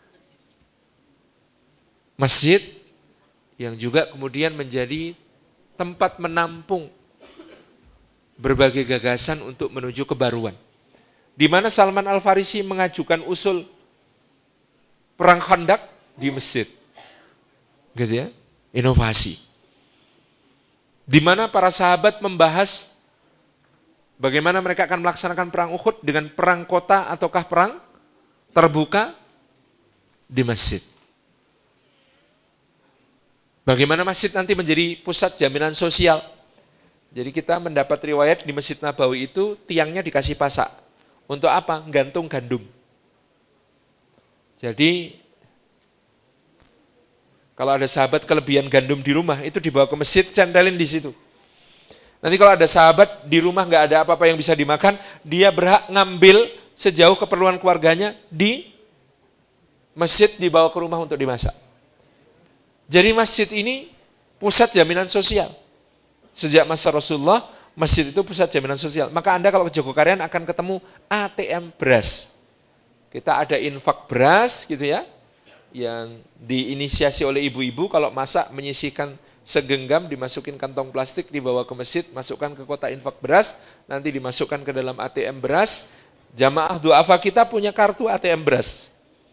Masjid yang juga kemudian menjadi tempat menampung berbagai gagasan untuk menuju kebaruan. Di mana Salman Al-Farisi mengajukan usul perang Khandaq di masjid. Gitu ya, inovasi. Di mana para sahabat membahas bagaimana mereka akan melaksanakan perang Uhud dengan perang kota ataukah perang terbuka di masjid. Bagaimana masjid nanti menjadi pusat jaminan sosial. Jadi kita mendapat riwayat di Masjid Nabawi itu tiangnya dikasih pasak. Untuk apa? Gantung gandum. Jadi kalau ada sahabat kelebihan gandum di rumah, itu dibawa ke masjid, cantelin di situ. Nanti kalau ada sahabat di rumah nggak ada apa-apa yang bisa dimakan, dia berhak ngambil sejauh keperluan keluarganya di masjid, dibawa ke rumah untuk dimasak. Jadi masjid ini pusat jaminan sosial. Sejak masa Rasulullah, masjid itu pusat jaminan sosial. Maka Anda kalau ke Jogokarian akan ketemu A T M beras. Kita ada infak beras gitu ya, yang diinisiasi oleh ibu-ibu kalau masak menyisihkan segenggam, dimasukin kantong plastik, dibawa ke masjid, masukkan ke kotak infak beras, nanti dimasukkan ke dalam A T M beras. Jamaah duafa kita punya kartu A T M beras.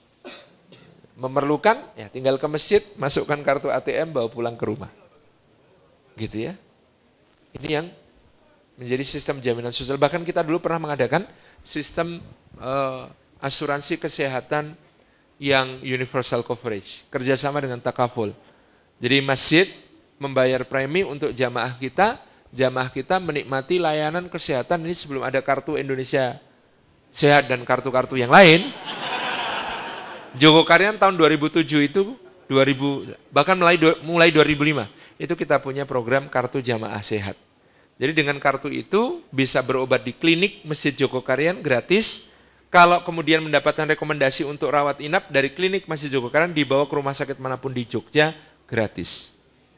Memerlukan, ya tinggal ke masjid, masukkan kartu A T M, bawa pulang ke rumah. Gitu ya. Ini yang menjadi sistem jaminan sosial. Bahkan kita dulu pernah mengadakan sistem uh, asuransi kesehatan yang universal coverage, kerjasama dengan takaful. Jadi masjid membayar premi untuk jamaah kita, jamaah kita menikmati layanan kesehatan ini sebelum ada kartu Indonesia Sehat dan kartu-kartu yang lain. Jogokarian tahun dua ribu tujuh itu, dua ribu, bahkan mulai, mulai dua ribu lima, itu kita punya program kartu jamaah sehat. Jadi dengan kartu itu bisa berobat di klinik Masjid Jogokarian gratis. Kalau kemudian mendapatkan rekomendasi untuk rawat inap dari klinik Masjid Jogokarian, dibawa ke rumah sakit manapun di Jogja gratis.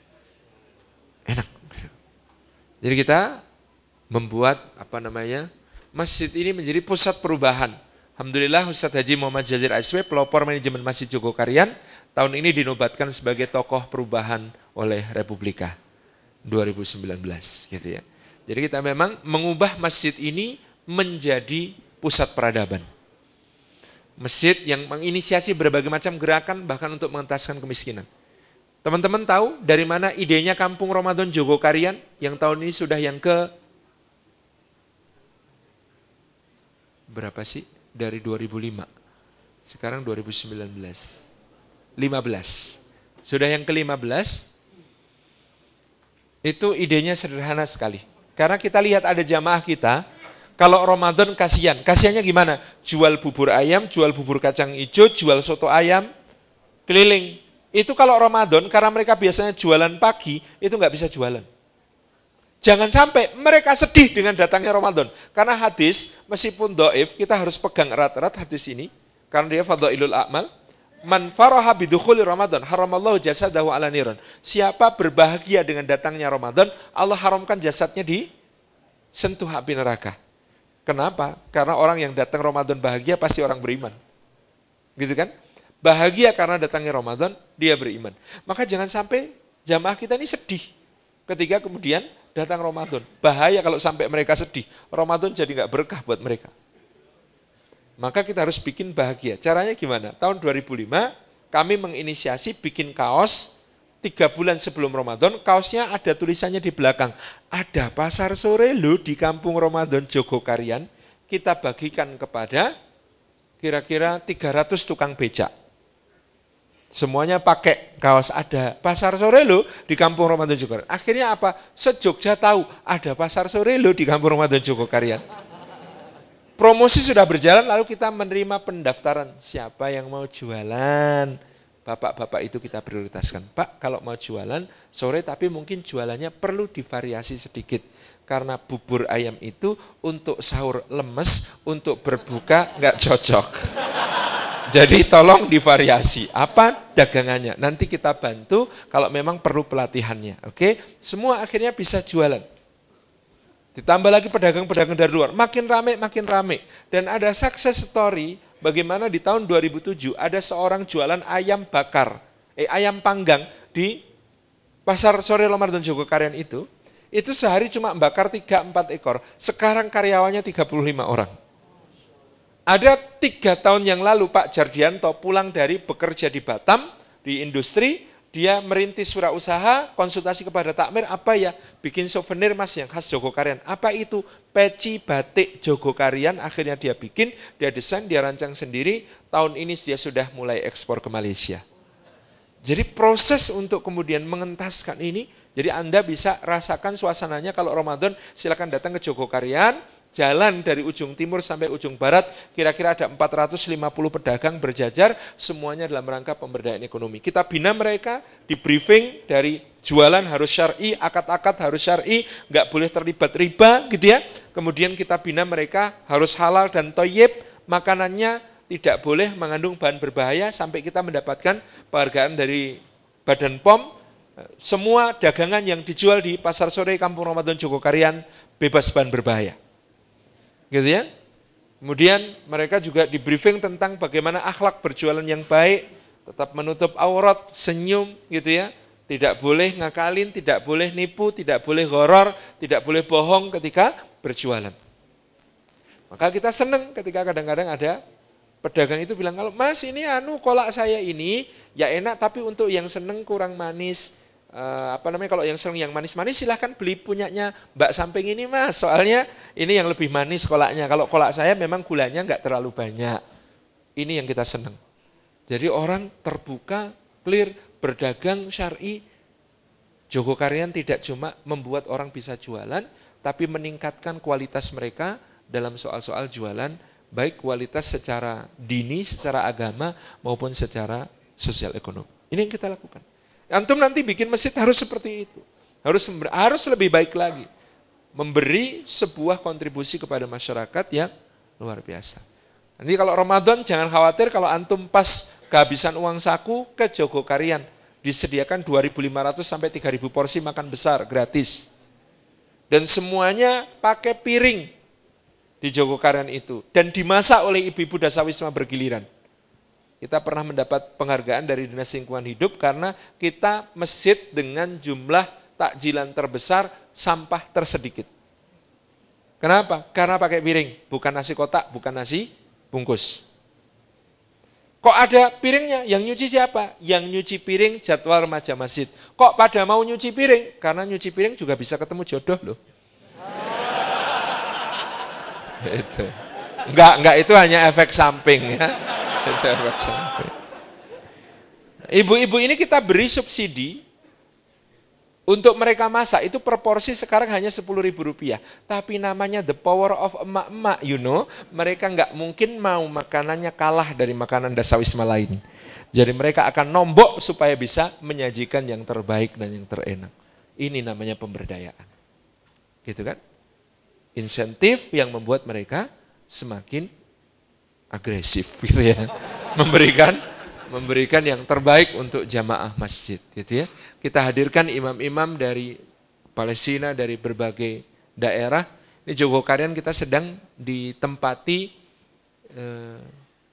Enak. Jadi kita membuat apa namanya masjid ini menjadi pusat perubahan. Alhamdulillah Ustadz Haji Muhammad Jazir A S W, pelopor manajemen Masjid Jogokarian, tahun ini dinobatkan sebagai tokoh perubahan oleh Republika dua ribu sembilan belas, gitu ya. Jadi kita memang mengubah masjid ini menjadi pusat peradaban. Masjid yang menginisiasi berbagai macam gerakan bahkan untuk mengentaskan kemiskinan. Teman-teman tahu dari mana idenya Kampung Ramadan Jogokarian yang tahun ini sudah yang ke berapa sih? Dari dua ribu lima. Sekarang dua ribu sembilan belas. lima belas. Sudah yang ke lima belas. Itu idenya sederhana sekali. Karena kita lihat ada jamaah kita, kalau Ramadan kasihan. Kasihannya gimana? Jual bubur ayam, jual bubur kacang hijau, jual soto ayam, keliling. Itu kalau Ramadan, karena mereka biasanya jualan pagi, itu nggak bisa jualan. Jangan sampai mereka sedih dengan datangnya Ramadan. Karena hadis, meskipun do'if, kita harus pegang erat-erat hadis ini. Karena dia fadhailul a'mal. Man faraha bidukhuli Ramadan, haramallahu jasadahu ala niran. Siapa berbahagia dengan datangnya Ramadan, Allah haramkan jasadnya di sentuh api neraka. Kenapa? Karena orang yang datang Ramadan bahagia pasti orang beriman. Gitu kan? Bahagia karena datangnya Ramadan, dia beriman. Maka jangan sampai jamaah kita ini sedih ketika kemudian datang Ramadan. Bahaya kalau sampai mereka sedih. Ramadan jadi nggak berkah buat mereka. Maka kita harus bikin bahagia. Caranya gimana? Tahun dua ribu lima kami menginisiasi bikin kaos tiga bulan sebelum Ramadan. Kaosnya ada tulisannya di belakang. Ada pasar sore lo di Kampung Ramadan Jogokarian. Kita bagikan kepada kira-kira tiga ratus tukang becak. Semuanya pakai kaos ada pasar sore lo di Kampung Ramadan Jogokarian. Akhirnya apa? Se-Jogja tahu ada pasar sore lo di Kampung Ramadan Jogokarian. Promosi sudah berjalan, lalu kita menerima pendaftaran. Siapa yang mau jualan? Bapak-bapak itu kita prioritaskan. Pak, kalau mau jualan sore tapi mungkin jualannya perlu divariasi sedikit. Karena bubur ayam itu untuk sahur lemes, untuk berbuka nggak cocok. Jadi tolong divariasi. Apa dagangannya? Nanti kita bantu kalau memang perlu pelatihannya. Oke? Semua akhirnya bisa jualan. Ditambah lagi pedagang-pedagang dari luar, makin rame, makin rame. Dan ada success story bagaimana di tahun dua ribu tujuh ada seorang jualan ayam bakar, eh ayam panggang di Pasar sore Ramadan Jogokarian itu, itu sehari cuma bakar tiga empat ekor. Sekarang karyawannya tiga puluh lima orang. Ada tiga tahun yang lalu Pak Jardianto pulang dari bekerja di Batam, di industri, dia merintis wirausaha, konsultasi kepada takmir, apa ya? Bikin souvenir Mas yang khas Jogokarian. Apa itu? Peci batik Jogokarian, akhirnya dia bikin, dia desain, dia rancang sendiri, tahun ini dia sudah mulai ekspor ke Malaysia. Jadi proses untuk kemudian mengentaskan ini, jadi Anda bisa rasakan suasananya kalau Ramadan, silakan datang ke Jogokarian, jalan dari ujung timur sampai ujung barat, kira-kira ada empat ratus lima puluh pedagang berjajar, semuanya dalam rangka pemberdayaan ekonomi. Kita bina mereka, di briefing dari jualan harus syar'i, akad-akad harus syar'i, nggak boleh terlibat riba, gitu ya. Kemudian kita bina mereka harus halal dan thayyib, makanannya tidak boleh mengandung bahan berbahaya, sampai kita mendapatkan penghargaan dari Badan P O M, semua dagangan yang dijual di Pasar Sore Kampung Ramadan Jogokarian bebas bahan berbahaya. Gitu ya. Kemudian mereka juga di briefing tentang bagaimana akhlak berjualan yang baik, tetap menutup aurat, senyum gitu ya. Tidak boleh ngakalin, tidak boleh nipu, tidak boleh horor, tidak boleh bohong ketika berjualan. Maka kita senang ketika kadang-kadang ada pedagang itu bilang, kalau Mas ini anu kolak saya ini ya enak, tapi untuk yang seneng kurang manis. Uh, apa namanya, kalau yang seneng yang manis-manis silahkan beli punyanya Mbak Samping ini Mas, soalnya ini yang lebih manis kolaknya, kalau kolak saya memang gulanya nggak terlalu banyak. Ini yang kita seneng. Jadi orang terbuka, clear, berdagang syar'i. Jogokarian tidak cuma membuat orang bisa jualan, tapi meningkatkan kualitas mereka dalam soal-soal jualan, baik kualitas secara dini, secara agama, maupun secara sosial ekonomi. Ini yang kita lakukan. Antum nanti bikin masjid harus seperti itu. Harus harus lebih baik lagi. Memberi sebuah kontribusi kepada masyarakat yang luar biasa. Nanti kalau Ramadan jangan khawatir kalau antum pas kehabisan uang saku ke Jogokarian. Disediakan dua ribu lima ratus sampai tiga ribu porsi makan besar gratis. Dan semuanya pakai piring di Jogokarian itu. Dan dimasak oleh ibu-ibu dasawisma bergiliran. Kita pernah mendapat penghargaan dari Dinas Lingkungan Hidup karena kita masjid dengan jumlah takjilan terbesar, sampah tersedikit. Kenapa? Karena pakai piring, bukan nasi kotak, bukan nasi bungkus. Kok ada piringnya? Yang nyuci siapa? Yang nyuci piring jadwal remaja masjid. Kok pada mau nyuci piring? Karena nyuci piring juga bisa ketemu jodoh loh. Itu. Enggak, enggak, itu hanya efek samping ya. Ibu-ibu ini kita beri subsidi untuk mereka masak, itu proporsi sekarang hanya sepuluh ribu rupiah. Tapi namanya the power of emak-emak, you know. Mereka nggak mungkin mau makanannya kalah dari makanan dasawisma lain. Jadi mereka akan nombok supaya bisa menyajikan yang terbaik dan yang terenak. Ini namanya pemberdayaan. Gitu kan? Insentif yang membuat mereka semakin agresif gitu ya, memberikan memberikan yang terbaik untuk jamaah masjid gitu ya. Kita hadirkan imam-imam dari Palestina, dari berbagai daerah. Ini Jogokarian kita sedang ditempati eh,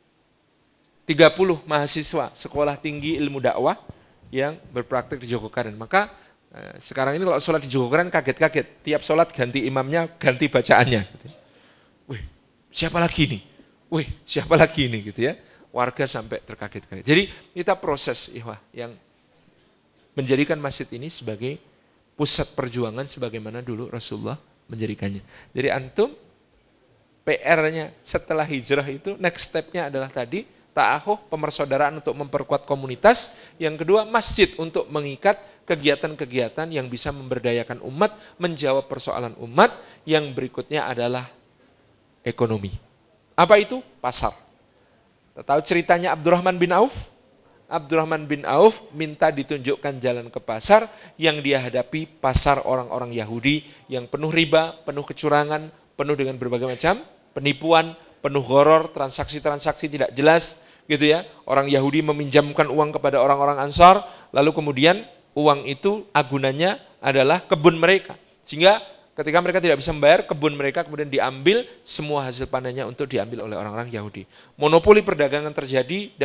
tiga puluh mahasiswa sekolah tinggi ilmu dakwah yang berpraktik di Jogokarian. Maka eh, sekarang ini kalau sholat di Jogokarian kaget-kaget, tiap sholat ganti imamnya, ganti bacaannya gitu. Wih, siapa lagi nih? Wih, siapa lagi ini gitu ya. Warga sampai terkaget-kaget. Jadi kita proses ihwah yang menjadikan masjid ini sebagai pusat perjuangan sebagaimana dulu Rasulullah menjadikannya. Jadi antum P R-nya setelah hijrah itu next step-nya adalah tadi ta'ahuh, pemersaudaraan untuk memperkuat komunitas. Yang kedua masjid untuk mengikat kegiatan-kegiatan yang bisa memberdayakan umat, menjawab persoalan umat. Yang berikutnya adalah ekonomi. Apa itu? Pasar. Tahu ceritanya Abdurrahman bin Auf? Abdurrahman bin Auf minta ditunjukkan jalan ke pasar yang dia hadapi pasar orang-orang Yahudi yang penuh riba, penuh kecurangan, penuh dengan berbagai macam penipuan, penuh horor, transaksi-transaksi tidak jelas gitu ya. Orang Yahudi meminjamkan uang kepada orang-orang Ansar, lalu kemudian uang itu agunannya adalah kebun mereka. Sehingga ketika mereka tidak bisa membayar, kebun mereka kemudian diambil, semua hasil panennya untuk diambil oleh orang-orang Yahudi. Monopoli perdagangan terjadi dan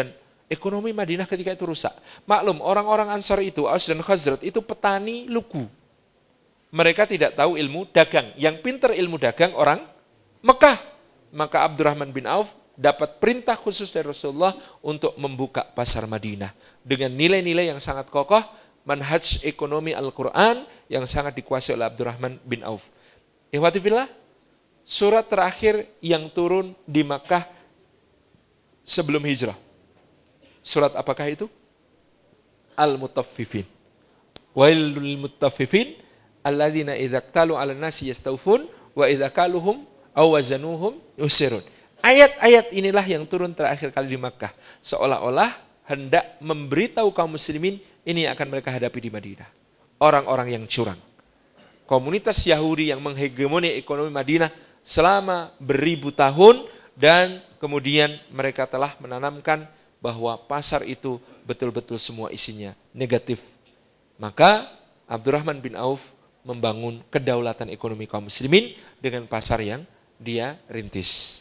Ekonomi Madinah ketika itu rusak. Maklum, orang-orang Ansar itu, Aus dan Khazraj, itu petani lugu. Mereka tidak tahu ilmu dagang. Yang pintar ilmu dagang orang Mekah. Maka Abdurrahman bin Auf dapat perintah khusus dari Rasulullah untuk membuka pasar Madinah. Dengan nilai-nilai yang sangat kokoh, manhaj ekonomi Al-Quran yang sangat dikuasai oleh Abdurrahman bin Auf. Ikhwati fillah, surat terakhir yang turun di Makkah sebelum hijrah. Surat apakah itu? Al-Mutaffifin. Wailul mutaffifin alladzina idza iktalu 'alan nasi yastawfun wa idza kaluhum aw wazanuhum yusirun. Ayat-ayat inilah yang turun terakhir kali di Makkah, seolah-olah hendak memberitahu kaum muslimin ini yang akan mereka hadapi di Madinah. Orang-orang yang curang. Komunitas Yahudi yang menghegemoni ekonomi Madinah selama beribu tahun, dan kemudian mereka telah menanamkan bahwa pasar itu betul-betul semua isinya negatif. Maka Abdurrahman bin Auf membangun kedaulatan ekonomi kaum muslimin dengan pasar yang dia rintis.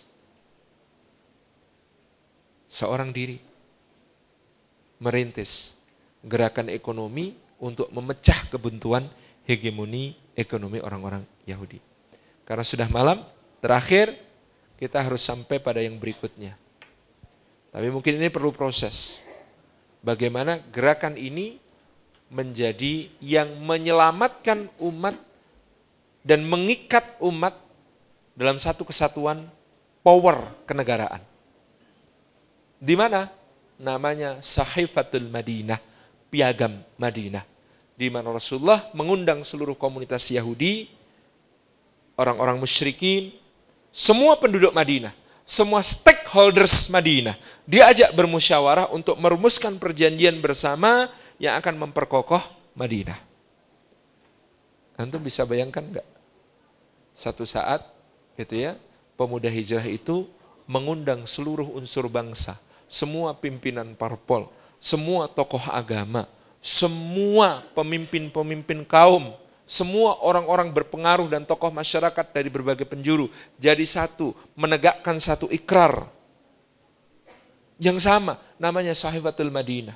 Seorang diri merintis gerakan ekonomi untuk memecah kebuntuan hegemoni ekonomi orang-orang Yahudi. Karena sudah malam, terakhir kita harus sampai pada yang berikutnya. Tapi mungkin ini perlu proses. Bagaimana gerakan ini menjadi yang menyelamatkan umat dan mengikat umat dalam satu kesatuan power kenegaraan. Di mana? Namanya Sahifatul Madinah, piagam Madinah. Di mana Rasulullah mengundang seluruh komunitas Yahudi, orang-orang musyrikin, semua penduduk Madinah, semua stakeholders Madinah diajak bermusyawarah untuk merumuskan perjanjian bersama yang akan memperkokoh Madinah. Antum bisa bayangkan enggak? Satu saat gitu ya, pemuda hijrah itu mengundang seluruh unsur bangsa, semua pimpinan parpol, semua tokoh agama, semua pemimpin-pemimpin kaum, semua orang-orang berpengaruh dan tokoh masyarakat dari berbagai penjuru jadi satu, menegakkan satu ikrar yang sama, namanya Sahifatul Madinah,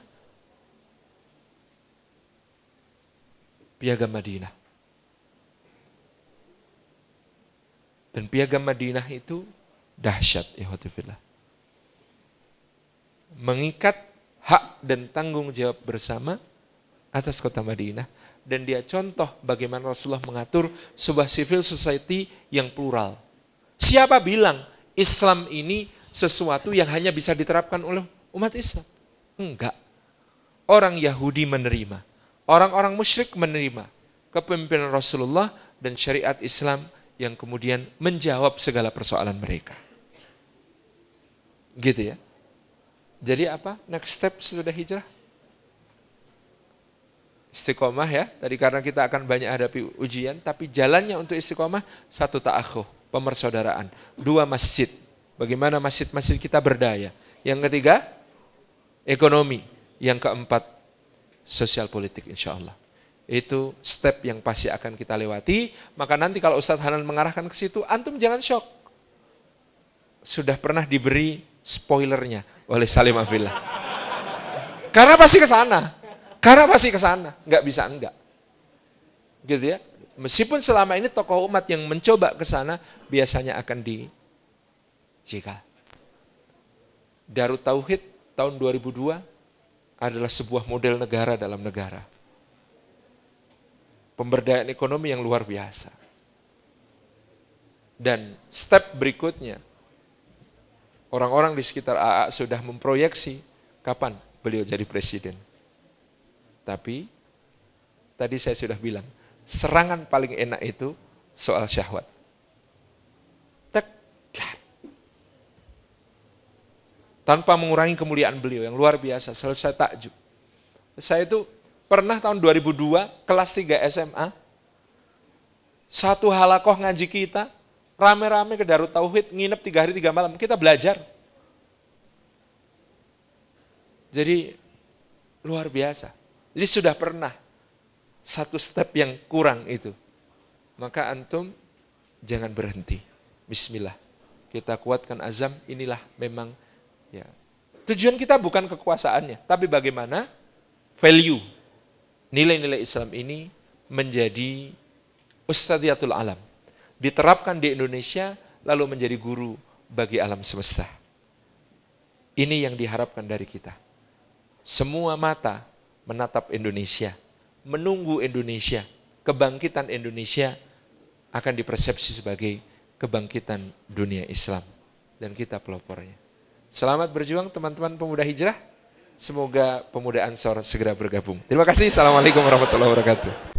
piagam Madinah. Dan piagam Madinah itu dahsyat, ikhwati fillah. Mengikat hak dan tanggung jawab bersama atas kota Madinah. Dan dia contoh bagaimana Rasulullah mengatur sebuah civil society yang plural. Siapa bilang Islam ini sesuatu yang hanya bisa diterapkan oleh umat Islam? Enggak. Orang Yahudi menerima, orang-orang musyrik menerima kepemimpinan Rasulullah dan syariat Islam yang kemudian menjawab segala persoalan mereka. Gitu ya. Jadi apa? Next step sesudah hijrah? Istiqomah ya, tadi karena kita akan banyak hadapi ujian, tapi jalannya untuk istiqomah, satu ta'akhuh, pemersaudaraan, dua masjid, bagaimana masjid-masjid kita berdaya, yang ketiga, ekonomi, yang keempat, sosial politik insya Allah. Itu step yang pasti akan kita lewati, maka nanti kalau Ustadz Hanan mengarahkan ke situ, antum jangan shock. Sudah pernah diberi spoilernya oleh Salim Afillah. Karena pasti ke sana. Karena pasti ke sana, nggak bisa enggak. Gitu ya. Meskipun selama ini tokoh umat yang mencoba ke sana biasanya akan dicekal. Darut Tauhid tahun dua ribu dua adalah sebuah model negara dalam negara. Pemberdayaan ekonomi yang luar biasa. Dan step berikutnya, orang-orang di sekitar A A sudah memproyeksi kapan beliau jadi presiden. Tapi, tadi saya sudah bilang, serangan paling enak itu soal syahwat. Tekan. Tanpa mengurangi kemuliaan beliau yang luar biasa, selesai takjub. Saya itu pernah tahun dua ribu dua, kelas tiga S M A, satu halakoh ngaji kita, rame-rame ke Darut Tauhid, nginep tiga hari tiga malam, kita belajar. Jadi, luar biasa. Jadi sudah pernah satu step yang kurang itu. Maka antum jangan berhenti. Bismillah. Kita kuatkan azam, inilah memang ya Tujuan kita bukan kekuasaannya, tapi bagaimana value, nilai-nilai Islam ini menjadi ustadziyatul alam. Diterapkan di Indonesia, lalu menjadi guru bagi alam semesta. Ini yang diharapkan dari kita. Semua mata menatap Indonesia, menunggu Indonesia, kebangkitan Indonesia akan dipersepsi sebagai kebangkitan dunia Islam. Dan kita pelopornya. Selamat berjuang teman-teman pemuda hijrah. Semoga pemuda Ansor segera bergabung. Terima kasih. Assalamualaikum warahmatullahi wabarakatuh.